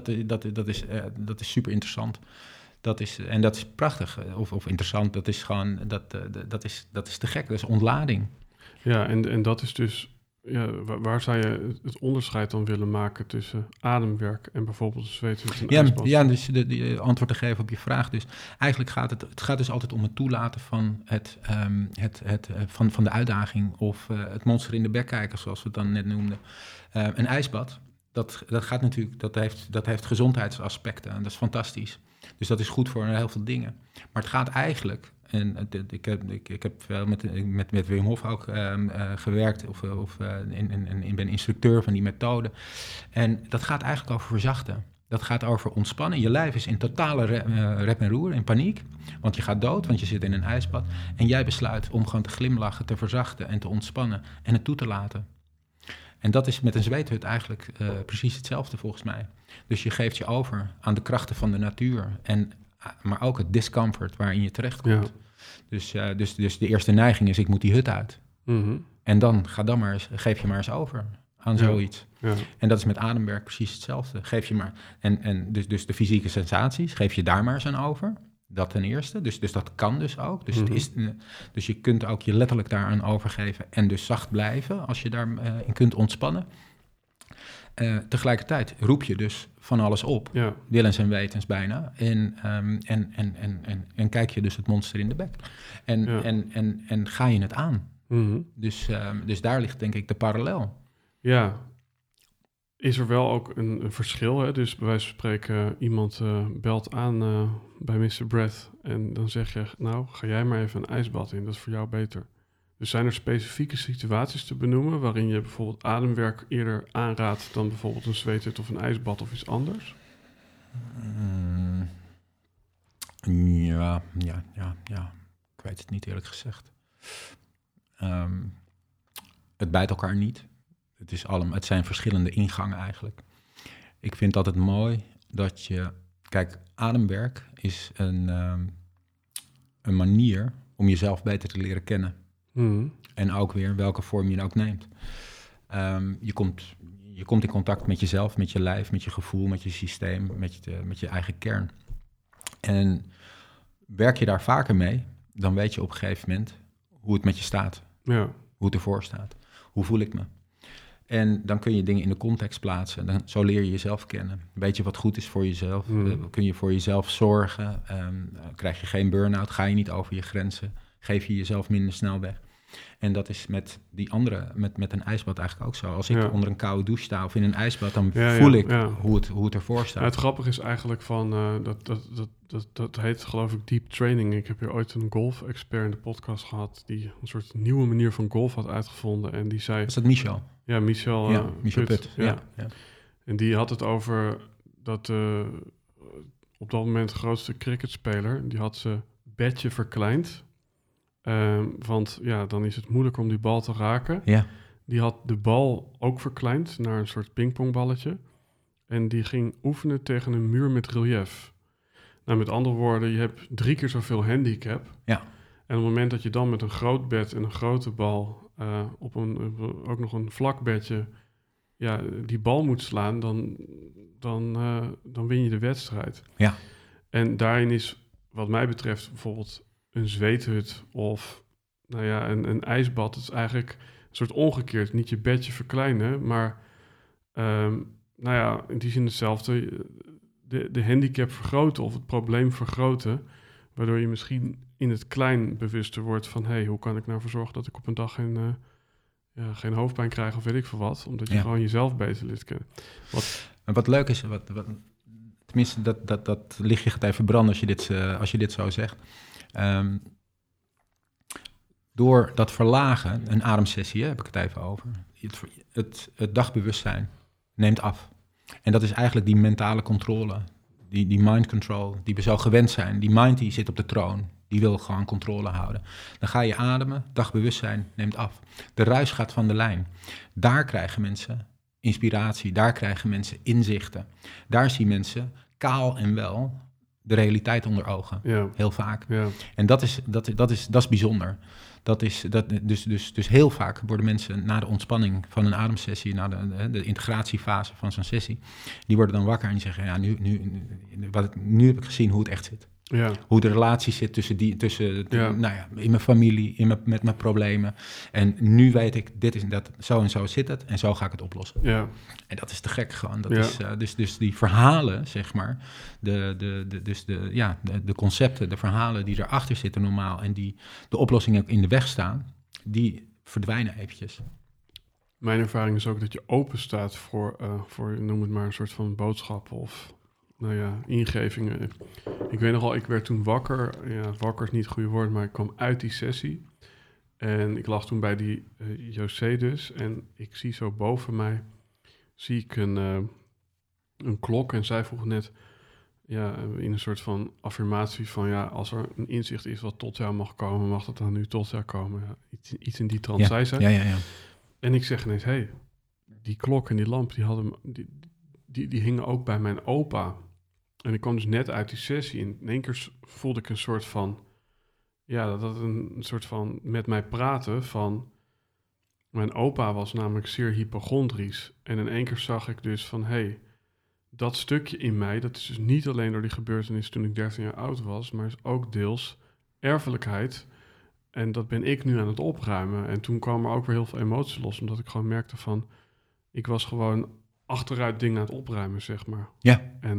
dat is super interessant. Dat is prachtig of interessant. Dat is gewoon dat is te gek. Dat is ontlading. Ja, en dat is dus. Ja, waar zou je het onderscheid dan willen maken tussen ademwerk en bijvoorbeeld een zweethut en ijsbad? Ja, dus de antwoord te geven op je vraag. Dus eigenlijk gaat dus altijd om het toelaten van van de uitdaging of het monster in de bek kijken, zoals we het dan net noemden. Een ijsbad, dat gaat natuurlijk, dat heeft gezondheidsaspecten en dat is fantastisch. Dus dat is goed voor heel veel dingen. Maar het gaat eigenlijk... En ik heb wel met Wim Hof ook gewerkt, en ben instructeur van die methode. En dat gaat eigenlijk over verzachten. Dat gaat over ontspannen. Je lijf is in totale rep en roer, in paniek. Want je gaat dood, want je zit in een ijsbad. En jij besluit om gewoon te glimlachen, te verzachten en te ontspannen en het toe te laten. En dat is met een zweethut eigenlijk precies hetzelfde volgens mij. Dus je geeft je over aan de krachten van de natuur. Maar ook het discomfort waarin je terechtkomt. Ja. Dus de eerste neiging is, ik moet die hut uit. Mm-hmm. En dan geef je maar eens over aan zoiets. Ja. En dat is met ademwerk precies hetzelfde. Geef je maar. En dus de fysieke sensaties, geef je daar maar eens aan over. Dat ten eerste. Dus dat kan dus ook. Dus, dus je kunt ook je letterlijk daaraan overgeven en dus zacht blijven als je daarin kunt ontspannen. Tegelijkertijd roep je dus van alles op, willens en wetens bijna, en kijk je dus het monster in de bek. En ga je het aan. Mm-hmm. Dus daar ligt denk ik de parallel. Ja. Is er wel ook een verschil, hè? Dus bij wijze van spreken, iemand belt aan bij Mr. Breath en dan zeg je, nou, ga jij maar even een ijsbad in, dat is voor jou beter. Dus zijn er specifieke situaties te benoemen waarin je bijvoorbeeld ademwerk eerder aanraadt dan bijvoorbeeld een zweethut of een ijsbad of iets anders? Ja. Ik weet het niet eerlijk gezegd. Het bijt elkaar niet. Het zijn verschillende ingangen eigenlijk. Ik vind altijd mooi dat je... Kijk, ademwerk is een manier om jezelf beter te leren kennen. Mm. En ook weer welke vorm je ook neemt. Je komt in contact met jezelf, met je lijf, met je gevoel, met je systeem, met je eigen kern. En werk je daar vaker mee, dan weet je op een gegeven moment hoe het met je staat. Ja. Hoe het ervoor staat. Hoe voel ik me? En dan kun je dingen in de context plaatsen. Zo leer je jezelf kennen. Weet je wat goed is voor jezelf? Kun je voor jezelf zorgen? Krijg je geen burn-out? Ga je niet over je grenzen? Geef je jezelf minder snel weg? En dat is met die andere, met een ijsbad eigenlijk ook zo. Als ik onder een koude douche sta of in een ijsbad, dan voel ik hoe het ervoor staat. Ja, het grappige is eigenlijk van, dat heet geloof ik deep training. Ik heb hier ooit een golf-expert in de podcast gehad die een soort nieuwe manier van golf had uitgevonden. En die zei... Was dat Michel? Ja, Michel Put. Ja. En die had het over dat op dat moment de grootste cricketspeler, die had zijn bedje verkleind. Want dan is het moeilijk om die bal te raken. Ja. Die had de bal ook verkleind naar een soort pingpongballetje. En die ging oefenen tegen een muur met relief. Nou, met andere woorden, je hebt 3 keer zoveel handicap. Ja. En op het moment dat je dan met een groot bed en een grote bal op ook nog een vlak bedje die bal moet slaan, dan win je de wedstrijd. Ja. En daarin is, wat mij betreft, bijvoorbeeld een zweethut of een ijsbad. Het is eigenlijk een soort omgekeerd. Niet je bedje verkleinen, maar in die zin hetzelfde. De handicap vergroten of het probleem vergroten, waardoor je misschien in het klein bewuster wordt van hoe kan ik nou voor zorgen dat ik op een dag geen hoofdpijn krijg of weet ik veel wat, omdat je gewoon jezelf beter leert kennen. Wat leuk is, tenminste dat lichtje gaat even branden als je dit zo zegt. Door dat verlagen, een ademsessie, heb ik het even over, het dagbewustzijn neemt af. En dat is eigenlijk die mentale controle, die mind control, die we zo gewend zijn. Die mind die zit op de troon, die wil gewoon controle houden. Dan ga je ademen, dagbewustzijn neemt af. De ruis gaat van de lijn. Daar krijgen mensen inspiratie, daar krijgen mensen inzichten. Daar zien mensen kaal en wel de realiteit onder ogen, heel vaak. Ja. En dat is bijzonder. Dus heel vaak worden mensen na de ontspanning van een ademsessie, na de integratiefase van zo'n sessie, die worden dan wakker en die zeggen, nu heb ik gezien hoe het echt zit. Ja. Hoe de relatie zit in mijn familie, met mijn problemen. En nu weet ik, dit is dat, zo en zo zit het en zo ga ik het oplossen. Ja. En dat is te gek gewoon. Dat is, dus die verhalen, zeg maar, de concepten, de verhalen die erachter zitten normaal en die de oplossingen in de weg staan, die verdwijnen eventjes. Mijn ervaring is ook dat je open staat voor noem het maar, een soort van boodschappen of ingevingen. Ik weet nogal, ik werd toen wakker. Ja, wakker is niet het goede woord, maar ik kwam uit die sessie. En ik lag toen bij die José dus. En ik zie zo boven mij, zie ik een klok. En zij vroeg net, in een soort van affirmatie van, als er een inzicht is wat tot jou mag komen, mag dat dan nu tot jou komen? Ja, iets in die trant, zei zij. Ja. En ik zeg ineens, die klok en die lamp, die hingen ook bij mijn opa. En ik kwam dus net uit die sessie en in één keer voelde ik een soort van, dat een soort van met mij praten van, Mijn opa was namelijk zeer hypochondrisch. En in één keer zag ik dus van, dat stukje in mij, dat is dus niet alleen door die gebeurtenis toen ik 13 jaar oud was, maar is ook deels erfelijkheid. En dat ben ik nu aan het opruimen. En toen kwam er ook weer heel veel emotie los, omdat ik gewoon merkte van, ik was gewoon achteruit dingen aan het opruimen, zeg maar. Ja. En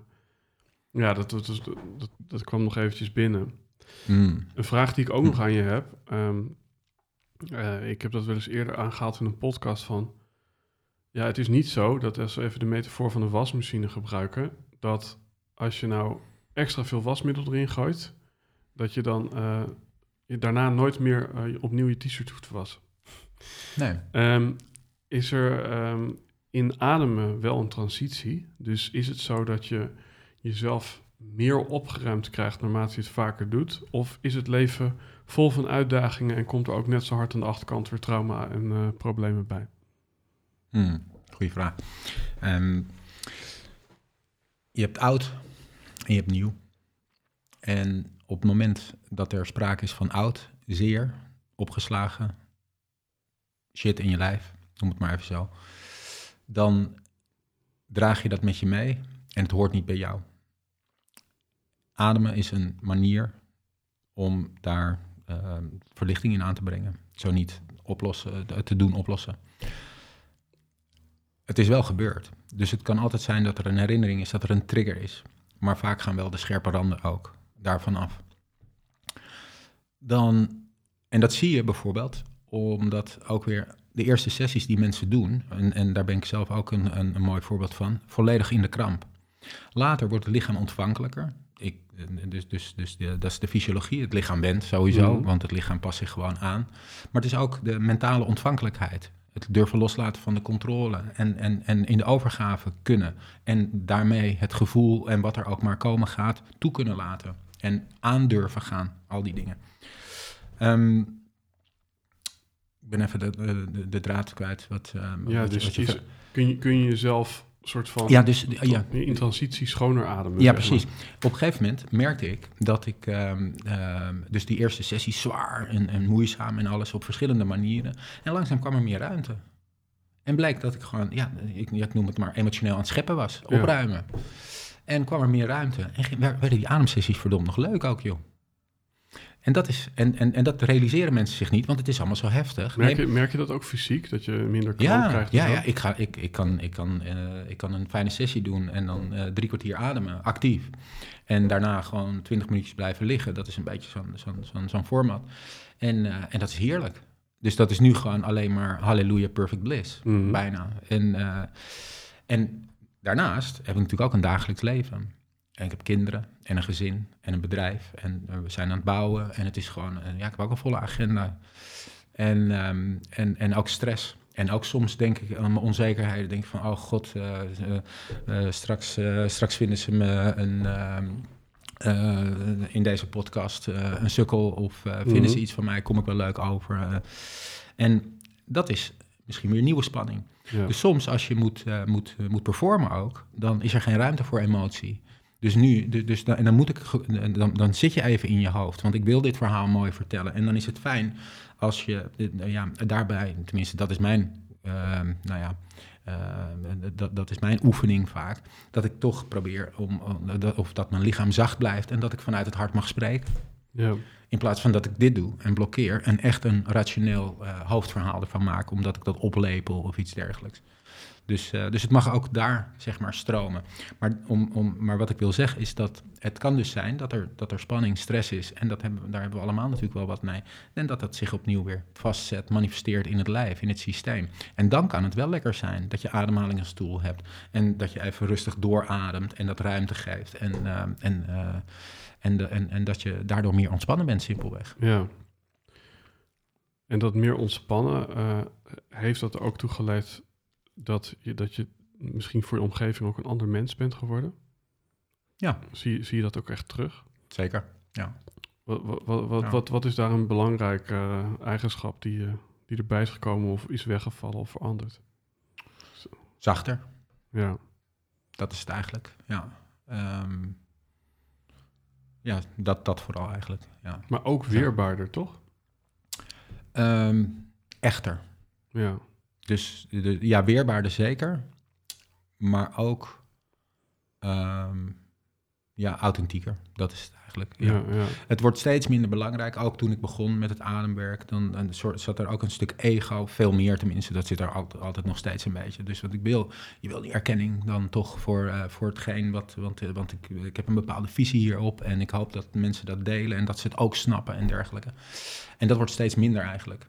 dat kwam nog eventjes binnen. Een vraag die ik ook nog aan je heb. Ik heb dat wel eens eerder aangehaald in een podcast van, ja, het is niet zo dat, als we even de metafoor van een wasmachine gebruiken, dat als je nou extra veel wasmiddel erin gooit, dat je dan je daarna nooit meer opnieuw je t-shirt hoeft te wassen. Nee. Is er in ademen wel een transitie? Dus is het zo dat je jezelf meer opgeruimd krijgt naarmate je het vaker doet? Of is het leven vol van uitdagingen en komt er ook net zo hard aan de achterkant weer trauma en problemen bij? Goeie vraag. Je hebt oud en je hebt nieuw. En op het moment dat er sprake is van oud, zeer, opgeslagen, shit in je lijf, noem het maar even zo, dan draag je dat met je mee en het hoort niet bij jou. Ademen is een manier om daar verlichting in aan te brengen. Zo niet te doen oplossen. Het is wel gebeurd. Dus het kan altijd zijn dat er een herinnering is, dat er een trigger is. Maar vaak gaan wel de scherpe randen ook daarvan af. En dat zie je bijvoorbeeld, omdat ook weer de eerste sessies die mensen doen, en daar ben ik zelf ook een mooi voorbeeld van, volledig in de kramp. Later wordt het lichaam ontvankelijker. Dat is de fysiologie. Het lichaam went sowieso, want het lichaam past zich gewoon aan. Maar het is ook de mentale ontvankelijkheid. Het durven loslaten van de controle en in de overgave kunnen. En daarmee het gevoel en wat er ook maar komen gaat toe kunnen laten. En aandurven gaan, al die dingen. Ik ben even de draad kwijt. Kun je jezelf soort van in transitie schoner ademen? Ja, precies. Op een gegeven moment merkte ik dat ik dus die eerste sessie zwaar en moeizaam en alles op verschillende manieren. En langzaam kwam er meer ruimte. En bleek dat ik gewoon, ik noem het maar, emotioneel aan het scheppen was, opruimen. Ja. En kwam er meer ruimte. En werden die ademsessies verdomd nog leuk ook, joh. En dat is en dat realiseren mensen zich niet, want het is allemaal zo heftig. Merk je dat ook fysiek, dat je minder kramp krijgt? Ja. Ik kan een fijne sessie doen en dan 3 kwartier ademen, actief. En daarna gewoon 20 minuutjes blijven liggen. Dat is een beetje zo'n format. En dat is heerlijk. Dus dat is nu gewoon alleen maar halleluja, perfect bliss, bijna. En daarnaast heb ik natuurlijk ook een dagelijks leven. En ik heb kinderen en een gezin en een bedrijf. En we zijn aan het bouwen. En het is gewoon, ik heb ook een volle agenda. En ook stress. En ook soms denk ik aan mijn onzekerheid. Denk ik van, oh god, straks vinden ze me in deze podcast een sukkel. Of vinden ze iets van mij, kom ik wel leuk over. En dat is misschien weer nieuwe spanning. Ja. Dus soms als je moet performen ook, dan is er geen ruimte voor emotie. Dus dan zit je even in je hoofd, want ik wil dit verhaal mooi vertellen. En dan is het fijn als je daarbij, tenminste dat is mijn, dat is mijn oefening vaak, dat ik toch probeer of dat mijn lichaam zacht blijft en dat ik vanuit het hart mag spreken. Ja. In plaats van dat ik dit doe en blokkeer en echt een rationeel hoofdverhaal ervan maak, omdat ik dat oplepel of iets dergelijks. Dus het mag ook daar, zeg maar, stromen. Maar wat ik wil zeggen is dat het kan dus zijn dat er spanning, stress is. En daar hebben we allemaal natuurlijk wel wat mee. En dat zich opnieuw weer vastzet, manifesteert in het lijf, in het systeem. En dan kan het wel lekker zijn dat je ademhaling als stoel hebt. En dat je even rustig doorademt en dat ruimte geeft. En dat je daardoor meer ontspannen bent, simpelweg. Ja. En dat meer ontspannen, heeft dat er ook toe geleid dat je misschien voor je omgeving ook een ander mens bent geworden? Ja. Zie je dat ook echt terug? Zeker, ja. Wat is daar een belangrijke eigenschap die erbij is gekomen of is weggevallen of veranderd? Zachter. Ja. Dat is het eigenlijk, ja. Dat vooral eigenlijk, ja. Maar ook weerbaarder, toch? Echter. Ja. Dus weerbaarder zeker, maar ook authentieker. Dat is het eigenlijk. Ja. Het wordt steeds minder belangrijk. Ook toen ik begon met het ademwerk, dan zat er ook een stuk ego, veel meer tenminste. Dat zit er altijd nog steeds een beetje. Dus wat ik wil, je wil die erkenning dan toch voor hetgeen want ik heb een bepaalde visie hierop en ik hoop dat mensen dat delen en dat ze het ook snappen en dergelijke. En dat wordt steeds minder eigenlijk.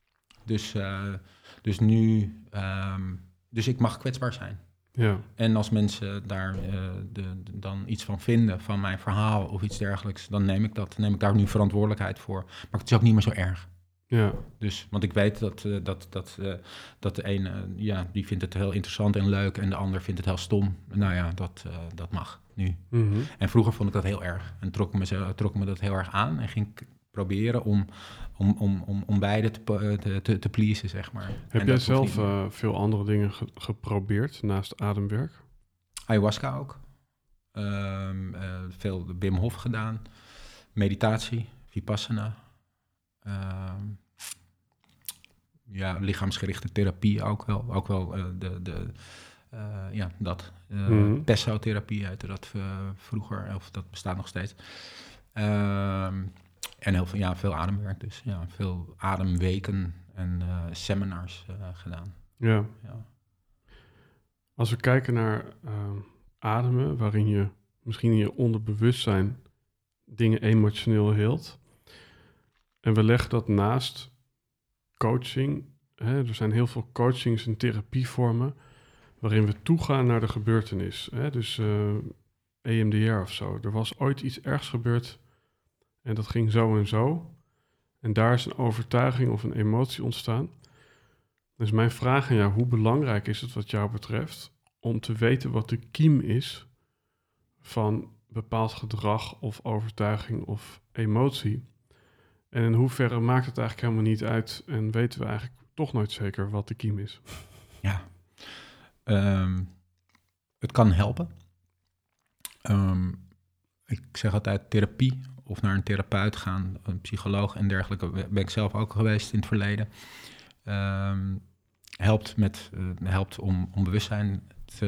Dus nu, dus ik mag kwetsbaar zijn. Ja. En als mensen daar dan iets van vinden, van mijn verhaal of iets dergelijks, dan neem ik daar nu verantwoordelijkheid voor. Maar het is ook niet meer zo erg. Ja. Dus, want ik weet dat de ene, die vindt het heel interessant en leuk en de ander vindt het heel stom. Nou ja, dat mag nu. Mm-hmm. En vroeger vond ik dat heel erg en trok me dat heel erg aan en ging ik proberen om beide te pleasen, zeg maar. Heb jij zelf veel andere dingen geprobeerd naast ademwerk? Ayahuasca ook. Veel Wim Hof gedaan. Meditatie, Vipassana. Lichaamsgerichte therapie ook wel. Ook wel dat. Pesso-therapie heette dat vroeger, of dat bestaat nog steeds. En heel veel ademwerk dus. Ja, veel ademweken en seminars gedaan. Ja. Als we kijken naar ademen, waarin je misschien in je onderbewustzijn dingen emotioneel heelt. En we leggen dat naast coaching. Hè? Er zijn heel veel coachings en therapievormen waarin we toegaan naar de gebeurtenis. Hè? Dus EMDR of zo. Er was ooit iets ergs gebeurd en dat ging zo en zo. En daar is een overtuiging of een emotie ontstaan. Dus mijn vraag aan jou, hoe belangrijk is het wat jou betreft om te weten wat de kiem is van bepaald gedrag of overtuiging of emotie? En in hoeverre maakt het eigenlijk helemaal niet uit en weten we eigenlijk toch nooit zeker wat de kiem is? Ja, het kan helpen. Ik zeg altijd therapie of naar een therapeut gaan, een psycholoog en dergelijke, ben ik zelf ook geweest in het verleden. Helpt om bewustzijn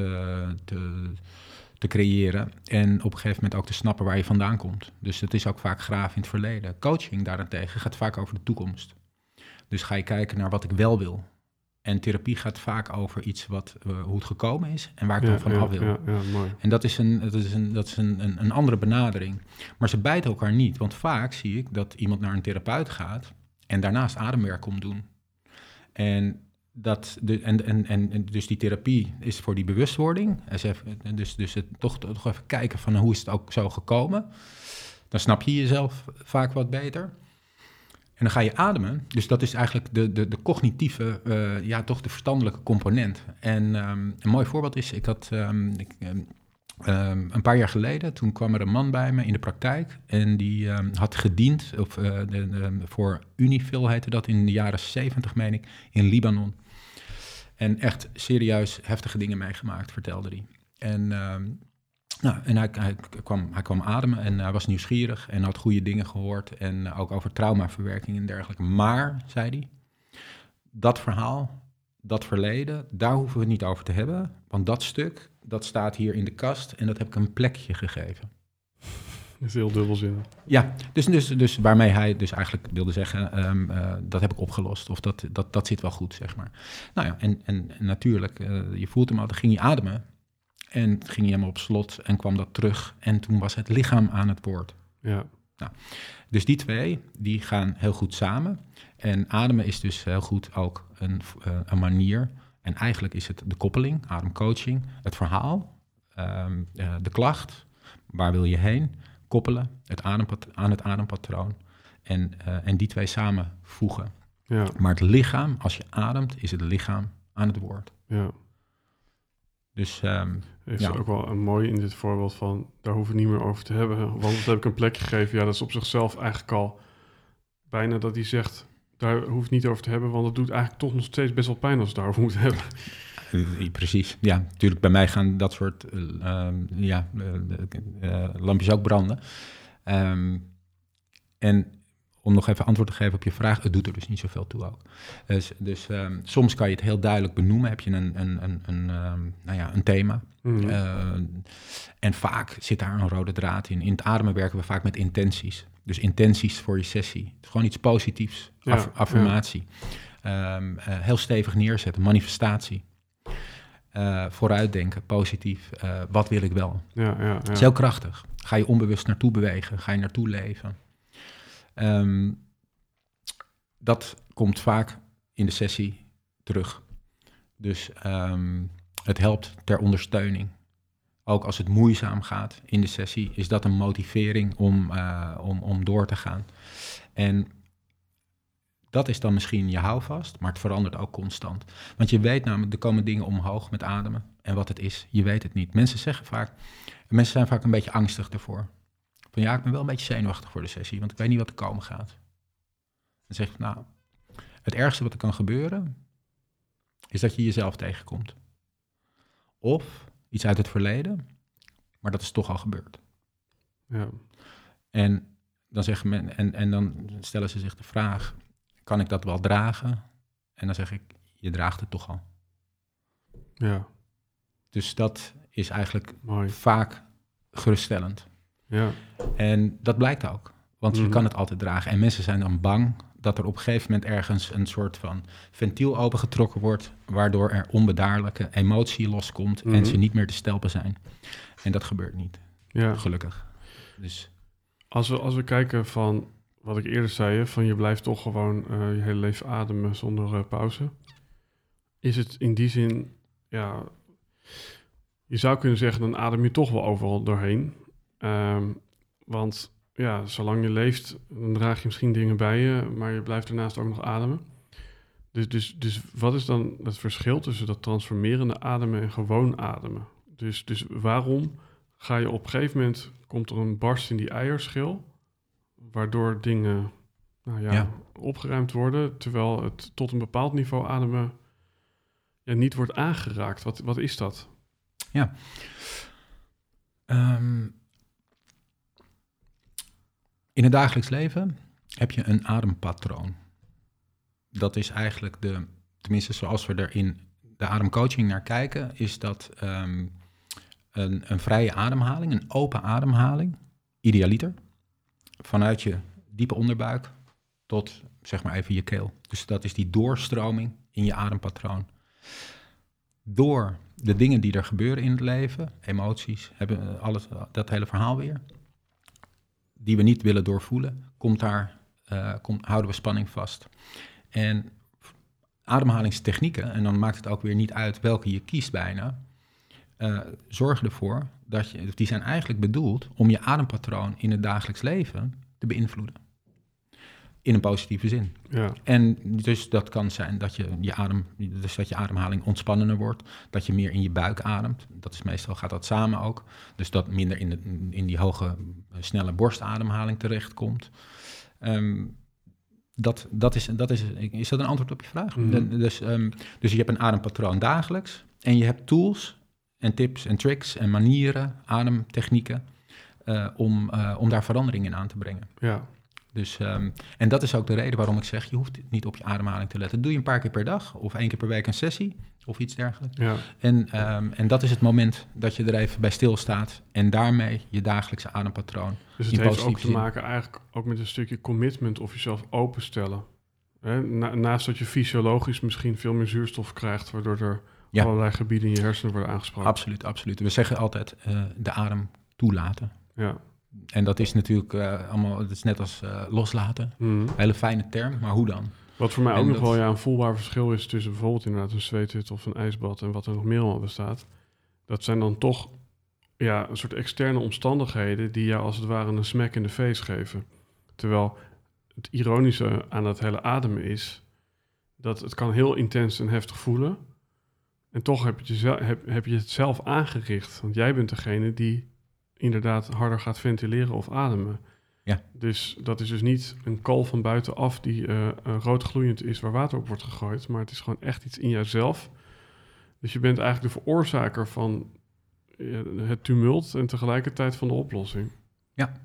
te creëren en op een gegeven moment ook te snappen waar je vandaan komt. Dus het is ook vaak graven in het verleden. Coaching daarentegen gaat vaak over de toekomst. Dus ga je kijken naar wat ik wel wil. En therapie gaat vaak over iets hoe het gekomen is en waar ik dan van af wil. Ja, mooi. En dat is een andere benadering. Maar ze bijten elkaar niet. Want vaak zie ik dat iemand naar een therapeut gaat en daarnaast ademwerk komt doen. En dus die therapie is voor die bewustwording. Dus toch even kijken van hoe is het ook zo gekomen. Dan snap je jezelf vaak wat beter. En dan ga je ademen. Dus dat is eigenlijk de cognitieve, toch de verstandelijke component. En een mooi voorbeeld is, een paar jaar geleden, toen kwam er een man bij me in de praktijk. En die had gediend, voor Unifil heette dat in de jaren 70, meen ik, in Libanon. En echt serieus heftige dingen meegemaakt, vertelde hij. En hij kwam ademen en hij was nieuwsgierig en had goede dingen gehoord. En ook over traumaverwerking en dergelijke. Maar, zei hij, dat verhaal, dat verleden, daar hoeven we het niet over te hebben. Want dat stuk, dat staat hier in de kast en dat heb ik een plekje gegeven. Dat is heel dubbelzinnig. Ja, dus waarmee hij dus eigenlijk wilde zeggen, dat heb ik opgelost. Of dat zit wel goed, zeg maar. Nou ja, en natuurlijk, je voelt hem al, dan ging hij ademen. En ging hij helemaal op slot en kwam dat terug. En toen was het lichaam aan het woord. Ja. Nou, dus die twee, die gaan heel goed samen. En ademen is dus heel goed ook een manier. En eigenlijk is het de koppeling, ademcoaching, het verhaal, de klacht, waar wil je heen, koppelen aan het adempatroon en die twee samenvoegen. Ja. Maar het lichaam, als je ademt, is het lichaam aan het woord. Ja. Dus is ook wel een mooi in dit voorbeeld van, daar hoeven we het niet meer over te hebben. Want dat heb ik een plekje gegeven. Ja, dat is op zichzelf eigenlijk al bijna dat hij zegt, daar hoef ik niet over te hebben, want het doet eigenlijk toch nog steeds best wel pijn als we het daarover moeten hebben. Precies, ja. Natuurlijk, bij mij gaan dat soort lampjes ook branden. En om nog even antwoord te geven op je vraag, het doet er dus niet zoveel toe ook. Dus soms kan je het heel duidelijk benoemen, heb je een thema. En vaak zit daar een rode draad in. In het ademen werken we vaak met intenties. Dus intenties voor je sessie. Gewoon iets positiefs, affirmatie. Heel stevig neerzetten, manifestatie. Vooruitdenken, positief. Wat wil ik wel? Het is heel krachtig. Ga je onbewust naartoe bewegen, ga je naartoe leven. Dat komt vaak in de sessie terug. Dus het helpt ter ondersteuning. Ook als het moeizaam gaat in de sessie, is dat een motivering om door te gaan. En dat is dan misschien je houvast, maar het verandert ook constant. Want je weet namelijk, er komen dingen omhoog met ademen. En wat het is, je weet het niet. Mensen zijn vaak een beetje angstig ervoor. Van ja, ik ben wel een beetje zenuwachtig voor de sessie, want ik weet niet wat er komen gaat. Dan zeg ik, nou, het ergste wat er kan gebeuren, is dat je jezelf tegenkomt. Of iets uit het verleden, maar dat is toch al gebeurd. Ja. En dan zeggen men, en dan stellen ze zich de vraag, kan ik dat wel dragen? En dan zeg ik, je draagt het toch al. Ja. Dus dat is eigenlijk mooi. Vaak geruststellend. Ja. En dat blijkt ook, want je kan het altijd dragen. En mensen zijn dan bang dat er op een gegeven moment ergens een soort van ventiel opengetrokken wordt, waardoor er onbedaarlijke emotie loskomt en ze niet meer te stelpen zijn. En dat gebeurt niet, gelukkig. Dus Als we kijken van wat ik eerder zei, van je blijft toch gewoon je hele leven ademen zonder pauze. Is het in die zin, ja, je zou kunnen zeggen, dan adem je toch wel overal doorheen. Want ja, zolang je leeft, dan draag je misschien dingen bij je, maar je blijft daarnaast ook nog ademen. Dus wat is dan het verschil tussen dat transformerende ademen en gewoon ademen? Dus waarom ga je op een gegeven moment, komt er een barst in die eierschil, waardoor dingen opgeruimd worden, terwijl het tot een bepaald niveau ademen niet wordt aangeraakt. Wat is dat? Ja. In het dagelijks leven heb je een adempatroon. Dat is eigenlijk tenminste zoals we er in de ademcoaching naar kijken, is dat een vrije ademhaling, een open ademhaling, idealiter, vanuit je diepe onderbuik tot, zeg maar even, je keel. Dus dat is die doorstroming in je adempatroon. Door de dingen die er gebeuren in het leven, emoties, hebben alles, dat hele verhaal weer, die we niet willen doorvoelen, houden we spanning vast. En ademhalingstechnieken, en dan maakt het ook weer niet uit welke je kiest bijna, zorgen ervoor die zijn eigenlijk bedoeld om je adempatroon in het dagelijks leven te beïnvloeden. In een positieve zin. Ja. En dus dat kan zijn dat je ademhaling ontspannender wordt, dat je meer in je buik ademt. Dat is meestal, gaat dat samen ook. Dus dat minder in die hoge, snelle borstademhaling terechtkomt. Is dat een antwoord op je vraag? Dus je hebt een adempatroon dagelijks en je hebt tools en tips en tricks en manieren, ademtechnieken, om daar verandering in aan te brengen. Ja. Dus, en dat is ook de reden waarom ik zeg, je hoeft niet op je ademhaling te letten. Dat doe je een paar keer per dag of 1 keer per week een sessie of iets dergelijks. Ja. En dat is het moment dat je er even bij stilstaat en daarmee je dagelijkse adempatroon. Dus het heeft ook te maken eigenlijk ook met een stukje commitment of jezelf openstellen. Naast dat je fysiologisch misschien veel meer zuurstof krijgt, waardoor er allerlei gebieden in je hersenen worden aangesproken. Absoluut, absoluut. We zeggen altijd de adem toelaten. Ja. En dat is natuurlijk allemaal, het is net als loslaten. Een hele fijne term, maar hoe dan? Wat voor mij ook nog wel een voelbaar verschil is tussen bijvoorbeeld inderdaad een zweethut of een ijsbad en wat er nog meer al bestaat. Dat zijn dan toch een soort externe omstandigheden die jou als het ware een smack in de face geven. Terwijl het ironische aan dat hele ademen is dat het kan heel intens en heftig voelen. En toch heb je het zelf aangericht. Want jij bent degene die inderdaad harder gaat ventileren of ademen. Ja. Dus dat is dus niet een kal van buitenaf die rood gloeiend is waar water op wordt gegooid, maar het is gewoon echt iets in jouzelf. Dus je bent eigenlijk de veroorzaker van het tumult en tegelijkertijd van de oplossing. Ja,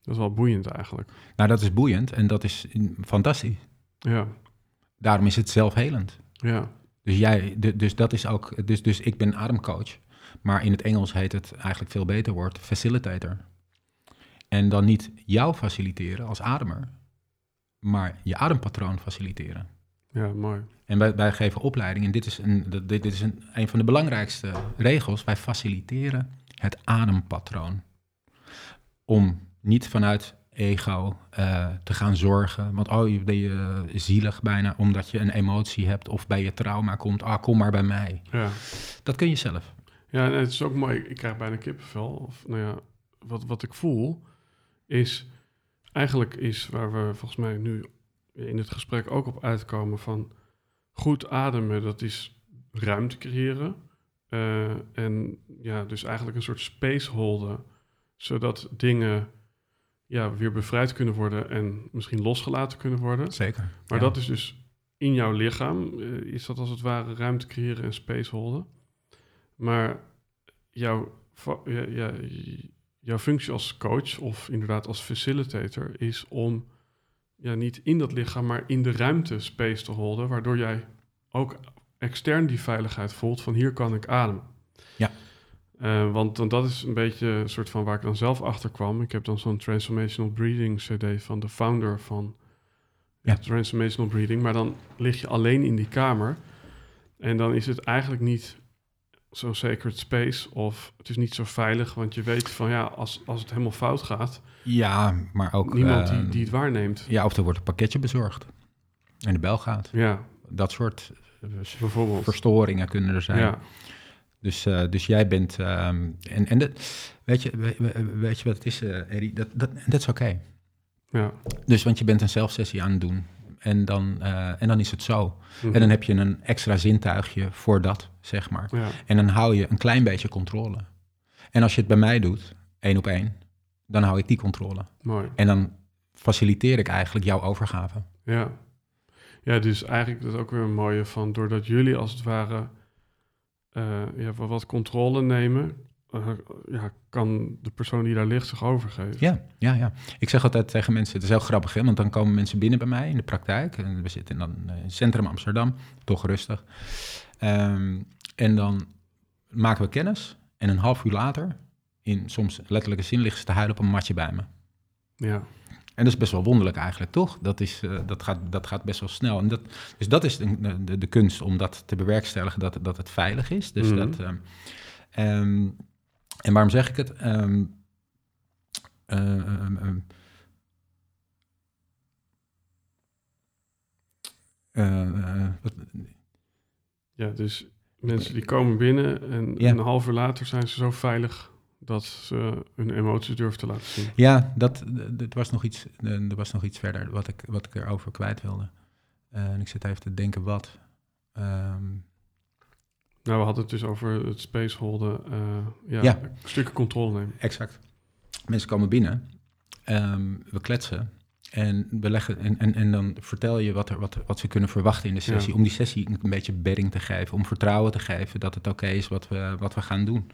Dat is wel boeiend eigenlijk. Nou, dat is boeiend en dat is fantastisch. Ja. Daarom is het zelfhelend. Ja. Dus dat is ook. Dus ik ben ademcoach. Maar in het Engels heet het eigenlijk veel beter woord facilitator. En dan niet jou faciliteren als ademer, maar je adempatroon faciliteren. Ja, mooi. En wij geven opleiding, en dit is een van de belangrijkste regels. Wij faciliteren het adempatroon. Om niet vanuit ego te gaan zorgen. Want je ben je zielig bijna omdat je een emotie hebt of bij je trauma komt. Kom maar bij mij. Ja. Dat kun je zelf. Ja, en het is ook mooi. Ik krijg bijna kippenvel. Of, nou ja, wat ik voel is... Eigenlijk is waar we volgens mij nu in het gesprek ook op uitkomen van... Goed ademen, dat is ruimte creëren. En ja, dus eigenlijk een soort space holden. Zodat dingen weer bevrijd kunnen worden en misschien losgelaten kunnen worden. Zeker. Maar dat is dus in jouw lichaam. Is dat als het ware ruimte creëren en space holden. Maar jouw functie als coach of inderdaad als facilitator is om niet in dat lichaam, maar in de ruimte space te holden, waardoor jij ook extern die veiligheid voelt van hier kan ik ademen. Ja. Want dat is een beetje een soort van waar ik dan zelf achter kwam. Ik heb dan zo'n Transformational Breathing CD van de founder van Transformational Breathing, maar dan lig je alleen in die kamer en dan is het eigenlijk niet zo'n sacred space of het is niet zo veilig, want je weet van als het helemaal fout gaat... Ja, maar ook... Niemand die het waarneemt. Ja, of er wordt een pakketje bezorgd en de bel gaat. Ja. Dat soort bijvoorbeeld verstoringen kunnen er zijn. Ja. Dus jij bent... weet je wat het is, Eddie? Dat is oké. Ja. Dus, want je bent een zelfsessie aan het doen. En dan is het zo. Mm-hmm. En dan heb je een extra zintuigje voor dat, zeg maar. Ja. En dan hou je een klein beetje controle. En als je het bij mij doet, 1 op 1... dan hou ik die controle. Mooi. En dan faciliteer ik eigenlijk jouw overgave. Ja. Ja, dus eigenlijk dat is ook weer een mooie van... doordat jullie als het ware wat controle nemen... kan de persoon die daar ligt zich overgeven. Ja. Ik zeg altijd tegen mensen, het is heel grappig, hè? Want dan komen mensen binnen bij mij in de praktijk. En we zitten dan in het centrum Amsterdam, toch rustig. En dan maken we kennis. En een half uur later, in soms letterlijke zin, liggen ze te huilen op een matje bij me. Ja. En dat is best wel wonderlijk eigenlijk, toch? Dat gaat best wel snel. En dus dat is de kunst om dat te bewerkstelligen, dat het veilig is. Dus en waarom zeg ik het? Dus mensen die komen binnen en een half uur later zijn ze zo veilig dat ze hun emoties durven te laten zien. Ja, er was nog iets verder wat ik erover kwijt wilde. En ik zit even te denken wat. We hadden het dus over het space holden, stukken controle nemen. Exact. Mensen komen binnen, we kletsen en we leggen en dan vertel je wat ze kunnen verwachten in de sessie, om die sessie een beetje bedding te geven, om vertrouwen te geven dat het oké is wat we gaan doen.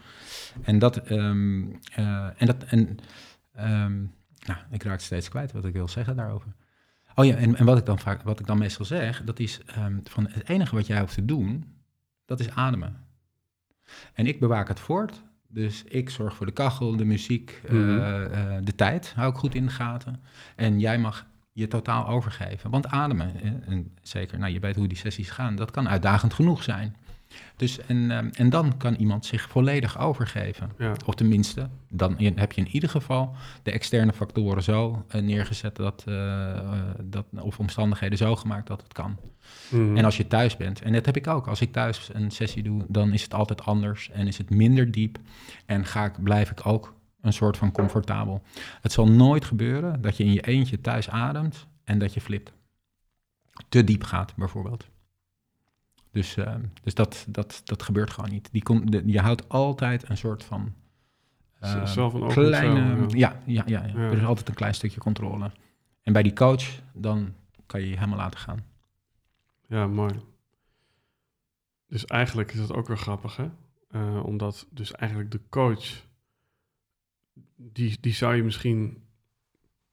Ik raak steeds kwijt wat ik wil zeggen daarover. Oh ja, en wat ik dan meestal zeg, dat is van het enige wat jij hoeft te doen, dat is ademen. En ik bewaak het voort. Dus ik zorg voor de kachel, de muziek, de tijd. Hou ik goed in de gaten. En jij mag je totaal overgeven. Want ademen, en zeker, je weet hoe die sessies gaan, dat kan uitdagend genoeg zijn. Dus en dan kan iemand zich volledig overgeven. Ja. Of tenminste, dan heb je in ieder geval de externe factoren zo neergezet of omstandigheden zo gemaakt dat het kan. En als je thuis bent, en dat heb ik ook, als ik thuis een sessie doe, dan is het altijd anders en is het minder diep en blijf ik ook een soort van comfortabel. Het zal nooit gebeuren dat je in je eentje thuis ademt en dat je flipt. Te diep gaat, bijvoorbeeld. Dus dat gebeurt gewoon niet. Je houdt altijd een soort van zelf een kleine... Ja. Er is altijd een klein stukje controle. En bij die coach, dan kan je helemaal laten gaan. Ja, mooi. Dus eigenlijk is dat ook weer grappig, hè? Omdat dus eigenlijk de coach... Die zou je misschien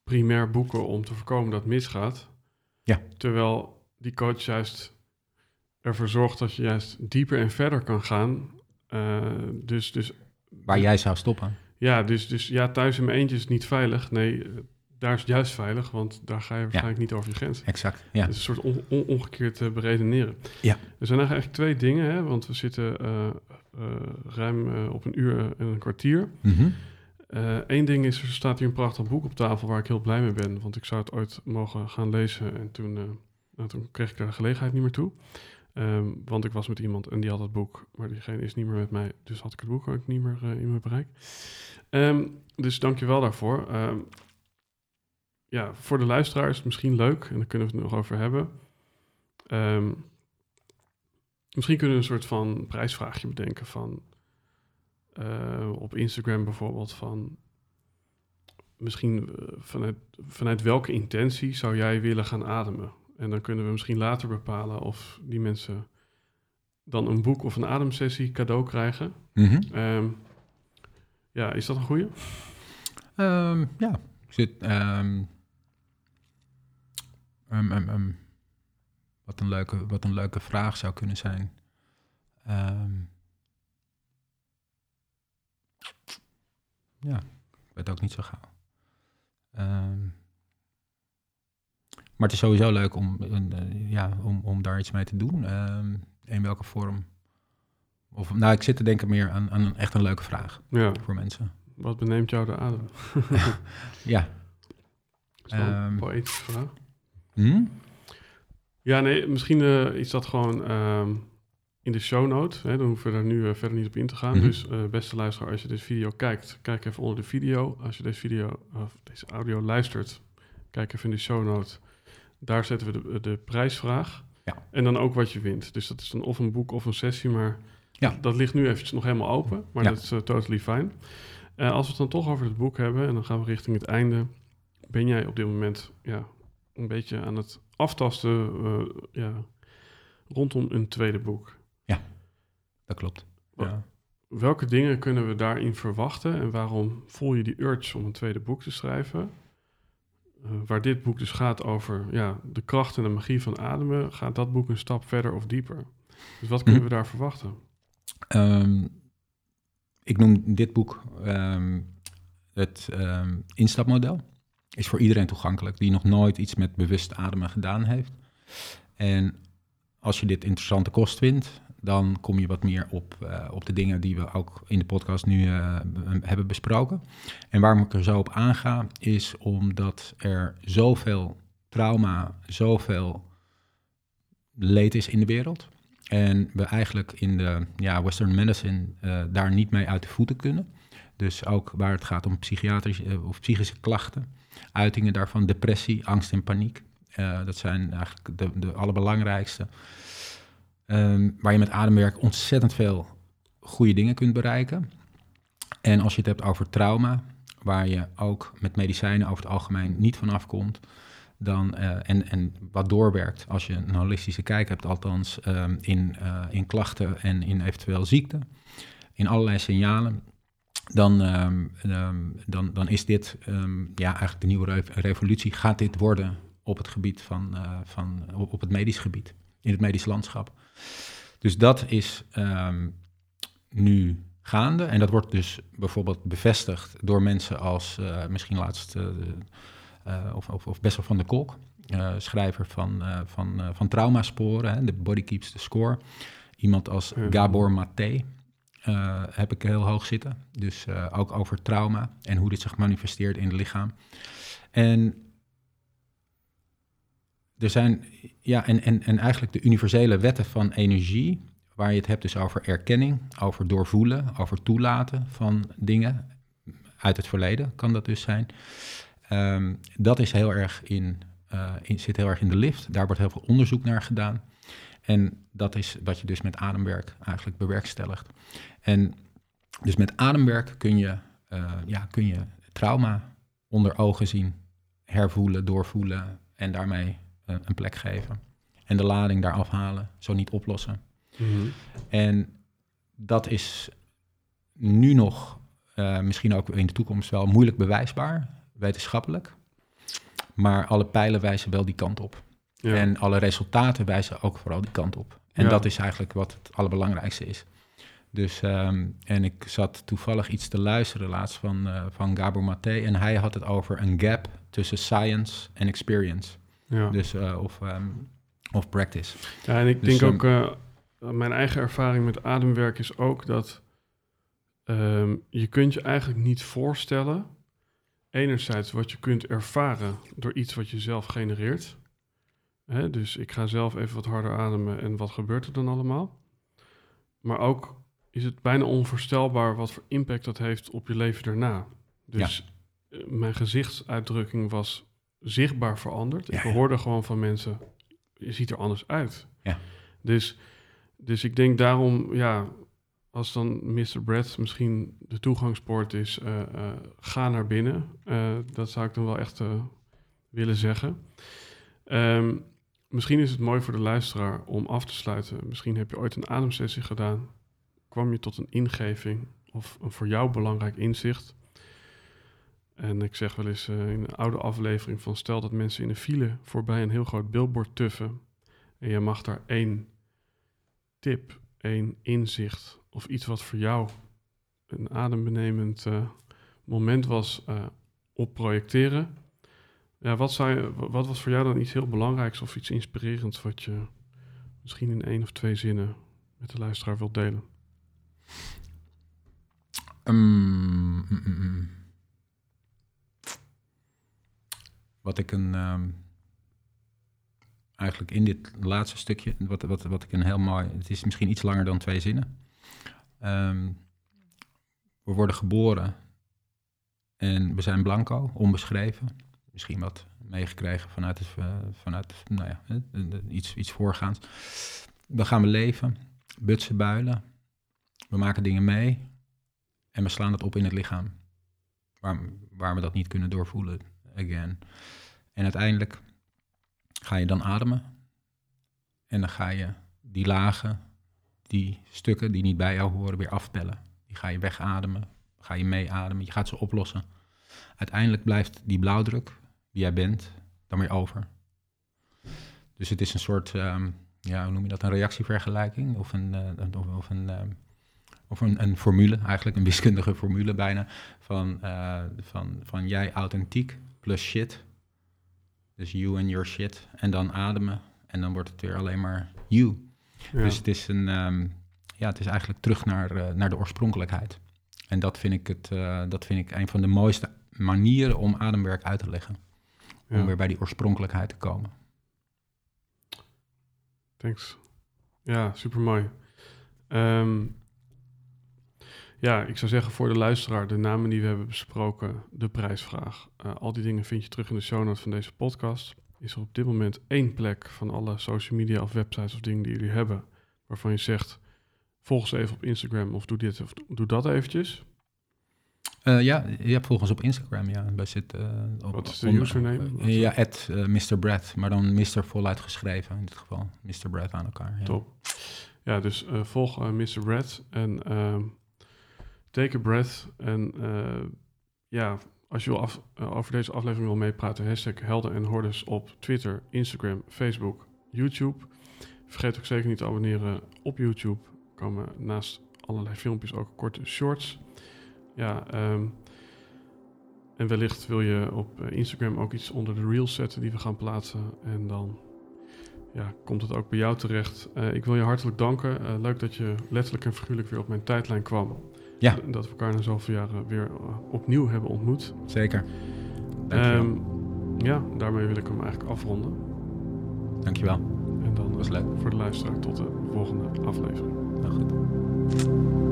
primair boeken om te voorkomen dat het misgaat. Ja. Terwijl die coach juist ervoor zorgt dat je juist dieper en verder kan gaan. Dus Waar jij zou stoppen. ja, dus thuis in mijn eentje is het niet veilig. Nee, daar is het juist veilig, want daar ga je waarschijnlijk niet over je grens. Exact, ja. Het is een soort omgekeerd beredeneren. Ja. Er zijn eigenlijk 2 dingen, hè, want we zitten ruim op 1 uur en een kwartier. Mm-hmm. 1 ding is, er staat hier een prachtig boek op tafel waar ik heel blij mee ben, want ik zou het ooit mogen gaan lezen en toen kreeg ik daar de gelegenheid niet meer toe. Want ik was met iemand en die had het boek, maar diegene is niet meer met mij, dus had ik het boek ook niet meer in mijn bereik. Dus dank je wel daarvoor. Voor de luisteraars is het misschien leuk, en daar kunnen we het nog over hebben. Misschien kunnen we een soort van prijsvraagje bedenken van op Instagram bijvoorbeeld van misschien vanuit welke intentie zou jij willen gaan ademen? En dan kunnen we misschien later bepalen of die mensen dan een boek of een ademsessie cadeau krijgen. Mm-hmm. Is dat een goeie? Ja, wat een leuke vraag zou kunnen zijn. Ik weet ook niet zo gauw. Maar het is sowieso leuk om daar iets mee te doen. In welke vorm? Ik zit te denken meer aan echt een leuke vraag voor mensen. Wat beneemt jou de adem? Ja. Dat is wel een poëtische vraag. Ja, nee, misschien is dat gewoon in de show note. Hè, dan hoeven we daar nu verder niet op in te gaan. Mm-hmm. Dus beste luisteraar, als je deze video kijkt, kijk even onder de video. Als je deze audio luistert, kijk even in de show note. Daar zetten we de prijsvraag. Ja. En dan ook wat je wint. Dus dat is dan of een boek of een sessie, maar dat ligt nu eventjes nog helemaal open. Maar dat is totally fine. Als we het dan toch over het boek hebben, en dan gaan we richting het einde. Ben jij op dit moment een beetje aan het aftasten rondom een tweede boek? Ja, dat klopt. Ja. Welke dingen kunnen we daarin verwachten? En waarom voel je die urge om een tweede boek te schrijven? Waar dit boek dus gaat over de kracht en de magie van ademen, gaat dat boek een stap verder of dieper? Dus wat kunnen we daar verwachten? Ik noem dit boek het instapmodel. Is voor iedereen toegankelijk die nog nooit iets met bewust ademen gedaan heeft. En als je dit interessante kost vindt, dan kom je wat meer op de dingen die we ook in de podcast nu hebben besproken. En waarom ik er zo op aanga, is omdat er zoveel trauma, zoveel leed is in de wereld. En we eigenlijk in de Western medicine daar niet mee uit de voeten kunnen. Dus ook waar het gaat om psychiatrische of psychische klachten, uitingen daarvan, depressie, angst en paniek. Dat zijn eigenlijk de allerbelangrijkste. Waar je met ademwerk ontzettend veel goede dingen kunt bereiken. En als je het hebt over trauma, waar je ook met medicijnen over het algemeen niet van afkomt, dan, en wat doorwerkt als je een holistische kijk hebt, althans in klachten en in eventueel ziekte, in allerlei signalen, dan is dit eigenlijk de nieuwe revolutie. Gaat dit worden op het gebied op het medisch gebied, in het medisch landschap. Dus dat is nu gaande. En dat wordt dus bijvoorbeeld bevestigd door mensen als misschien laatst of Bessel van der Kolk, schrijver van Traumasporen, The Body Keeps the Score. Iemand als Gabor Maté heb ik heel hoog zitten. Dus ook over trauma en hoe dit zich manifesteert in het lichaam. En er zijn, en eigenlijk de universele wetten van energie, waar je het hebt dus over erkenning, over doorvoelen, over toelaten van dingen uit het verleden, kan dat dus zijn. Dat is heel erg zit heel erg in de lift. Daar wordt heel veel onderzoek naar gedaan. En dat is wat je dus met ademwerk eigenlijk bewerkstelligt. En dus met ademwerk kun je trauma onder ogen zien, hervoelen, doorvoelen en daarmee een plek geven. En de lading daar afhalen, zo niet oplossen. Mm-hmm. En dat is nu nog, misschien ook in de toekomst wel moeilijk bewijsbaar, wetenschappelijk. Maar alle pijlen wijzen wel die kant op. Ja. En alle resultaten wijzen ook vooral die kant op. En dat is eigenlijk wat het allerbelangrijkste is. Dus, en ik zat toevallig iets te luisteren laatst van Gabor Maté. En hij had het over een gap tussen science en experience. Ja. Dus, of practice. Ja, en ik denk ook, mijn eigen ervaring met ademwerk is ook dat je kunt je eigenlijk niet voorstellen, enerzijds wat je kunt ervaren door iets wat je zelf genereert. Hè, dus ik ga zelf even wat harder ademen en wat gebeurt er dan allemaal? Maar ook is het bijna onvoorstelbaar wat voor impact dat heeft op je leven daarna. Dus mijn gezichtsuitdrukking was zichtbaar veranderd. Ik hoorde gewoon van mensen, je ziet er anders uit. Ja. Dus ik denk daarom, als dan Mr. Breath misschien de toegangspoort is, ga naar binnen. Dat zou ik dan wel echt willen zeggen. Misschien is het mooi voor de luisteraar om af te sluiten. Misschien heb je ooit een ademsessie gedaan. Kwam je tot een ingeving of een voor jou belangrijk inzicht. En ik zeg wel eens in een oude aflevering van stel dat mensen in een file voorbij een heel groot billboard tuffen. En je mag daar 1 tip, 1 inzicht of iets wat voor jou een adembenemend moment was op projecteren. Ja, wat was voor jou dan iets heel belangrijks of iets inspirerends wat je misschien in 1 of 2 zinnen met de luisteraar wilt delen? Wat ik eigenlijk in dit laatste stukje, wat ik een heel mooi, het is misschien iets langer dan 2 zinnen. We worden geboren en we zijn blanco, onbeschreven. Misschien wat meegekregen vanuit iets voorgaans. Dan gaan we leven, butsen, builen. We maken dingen mee en we slaan het op in het lichaam. Waar we dat niet kunnen doorvoelen. Again. En uiteindelijk ga je dan ademen. En dan ga je die lagen, die stukken die niet bij jou horen, weer afpellen. Die ga je wegademen, ga je meeademen, je gaat ze oplossen. Uiteindelijk blijft die blauwdruk, wie jij bent, dan weer over. Dus het is een soort, hoe noem je dat, een reactievergelijking of een formule, eigenlijk een wiskundige formule bijna, van jij authentiek plus shit. Dus you and your shit. En dan ademen. En dan wordt het weer alleen maar you. Ja. Dus het is het is eigenlijk terug naar de oorspronkelijkheid. En dat vind ik een van de mooiste manieren om ademwerk uit te leggen. Om weer bij die oorspronkelijkheid te komen. Thanks. Ja, supermooi. Ik zou zeggen voor de luisteraar, de namen die we hebben besproken, de prijsvraag. Al die dingen vind je terug in de show notes van deze podcast. Is er op dit moment 1 plek van alle social media of websites of dingen die jullie hebben, waarvan je zegt, volg ze even op Instagram of doe dit of doe dat eventjes? Je hebt volgens op Instagram, Bij zit, wat is de username? @Mr. Breath, maar dan Mr. voluit geschreven in dit geval. Mr. Breath aan elkaar. Ja. Top. Ja, dus volg Mr. Breath en take a breath. En als je over deze aflevering wil meepraten, #Helden en Hordes op Twitter, Instagram, Facebook, YouTube. Vergeet ook zeker niet te abonneren op YouTube. Er komen naast allerlei filmpjes ook korte shorts. En wellicht wil je op Instagram ook iets onder de reels zetten die we gaan plaatsen. En dan komt het ook bij jou terecht. Ik wil je hartelijk danken. Leuk dat je letterlijk en figuurlijk weer op mijn tijdlijn kwam. Ja. Dat we elkaar na zoveel jaren weer opnieuw hebben ontmoet. Zeker. Daarmee wil ik hem eigenlijk afronden. Dankjewel. En dan was leuk. Voor de luisteraar tot de volgende aflevering. Nou goed.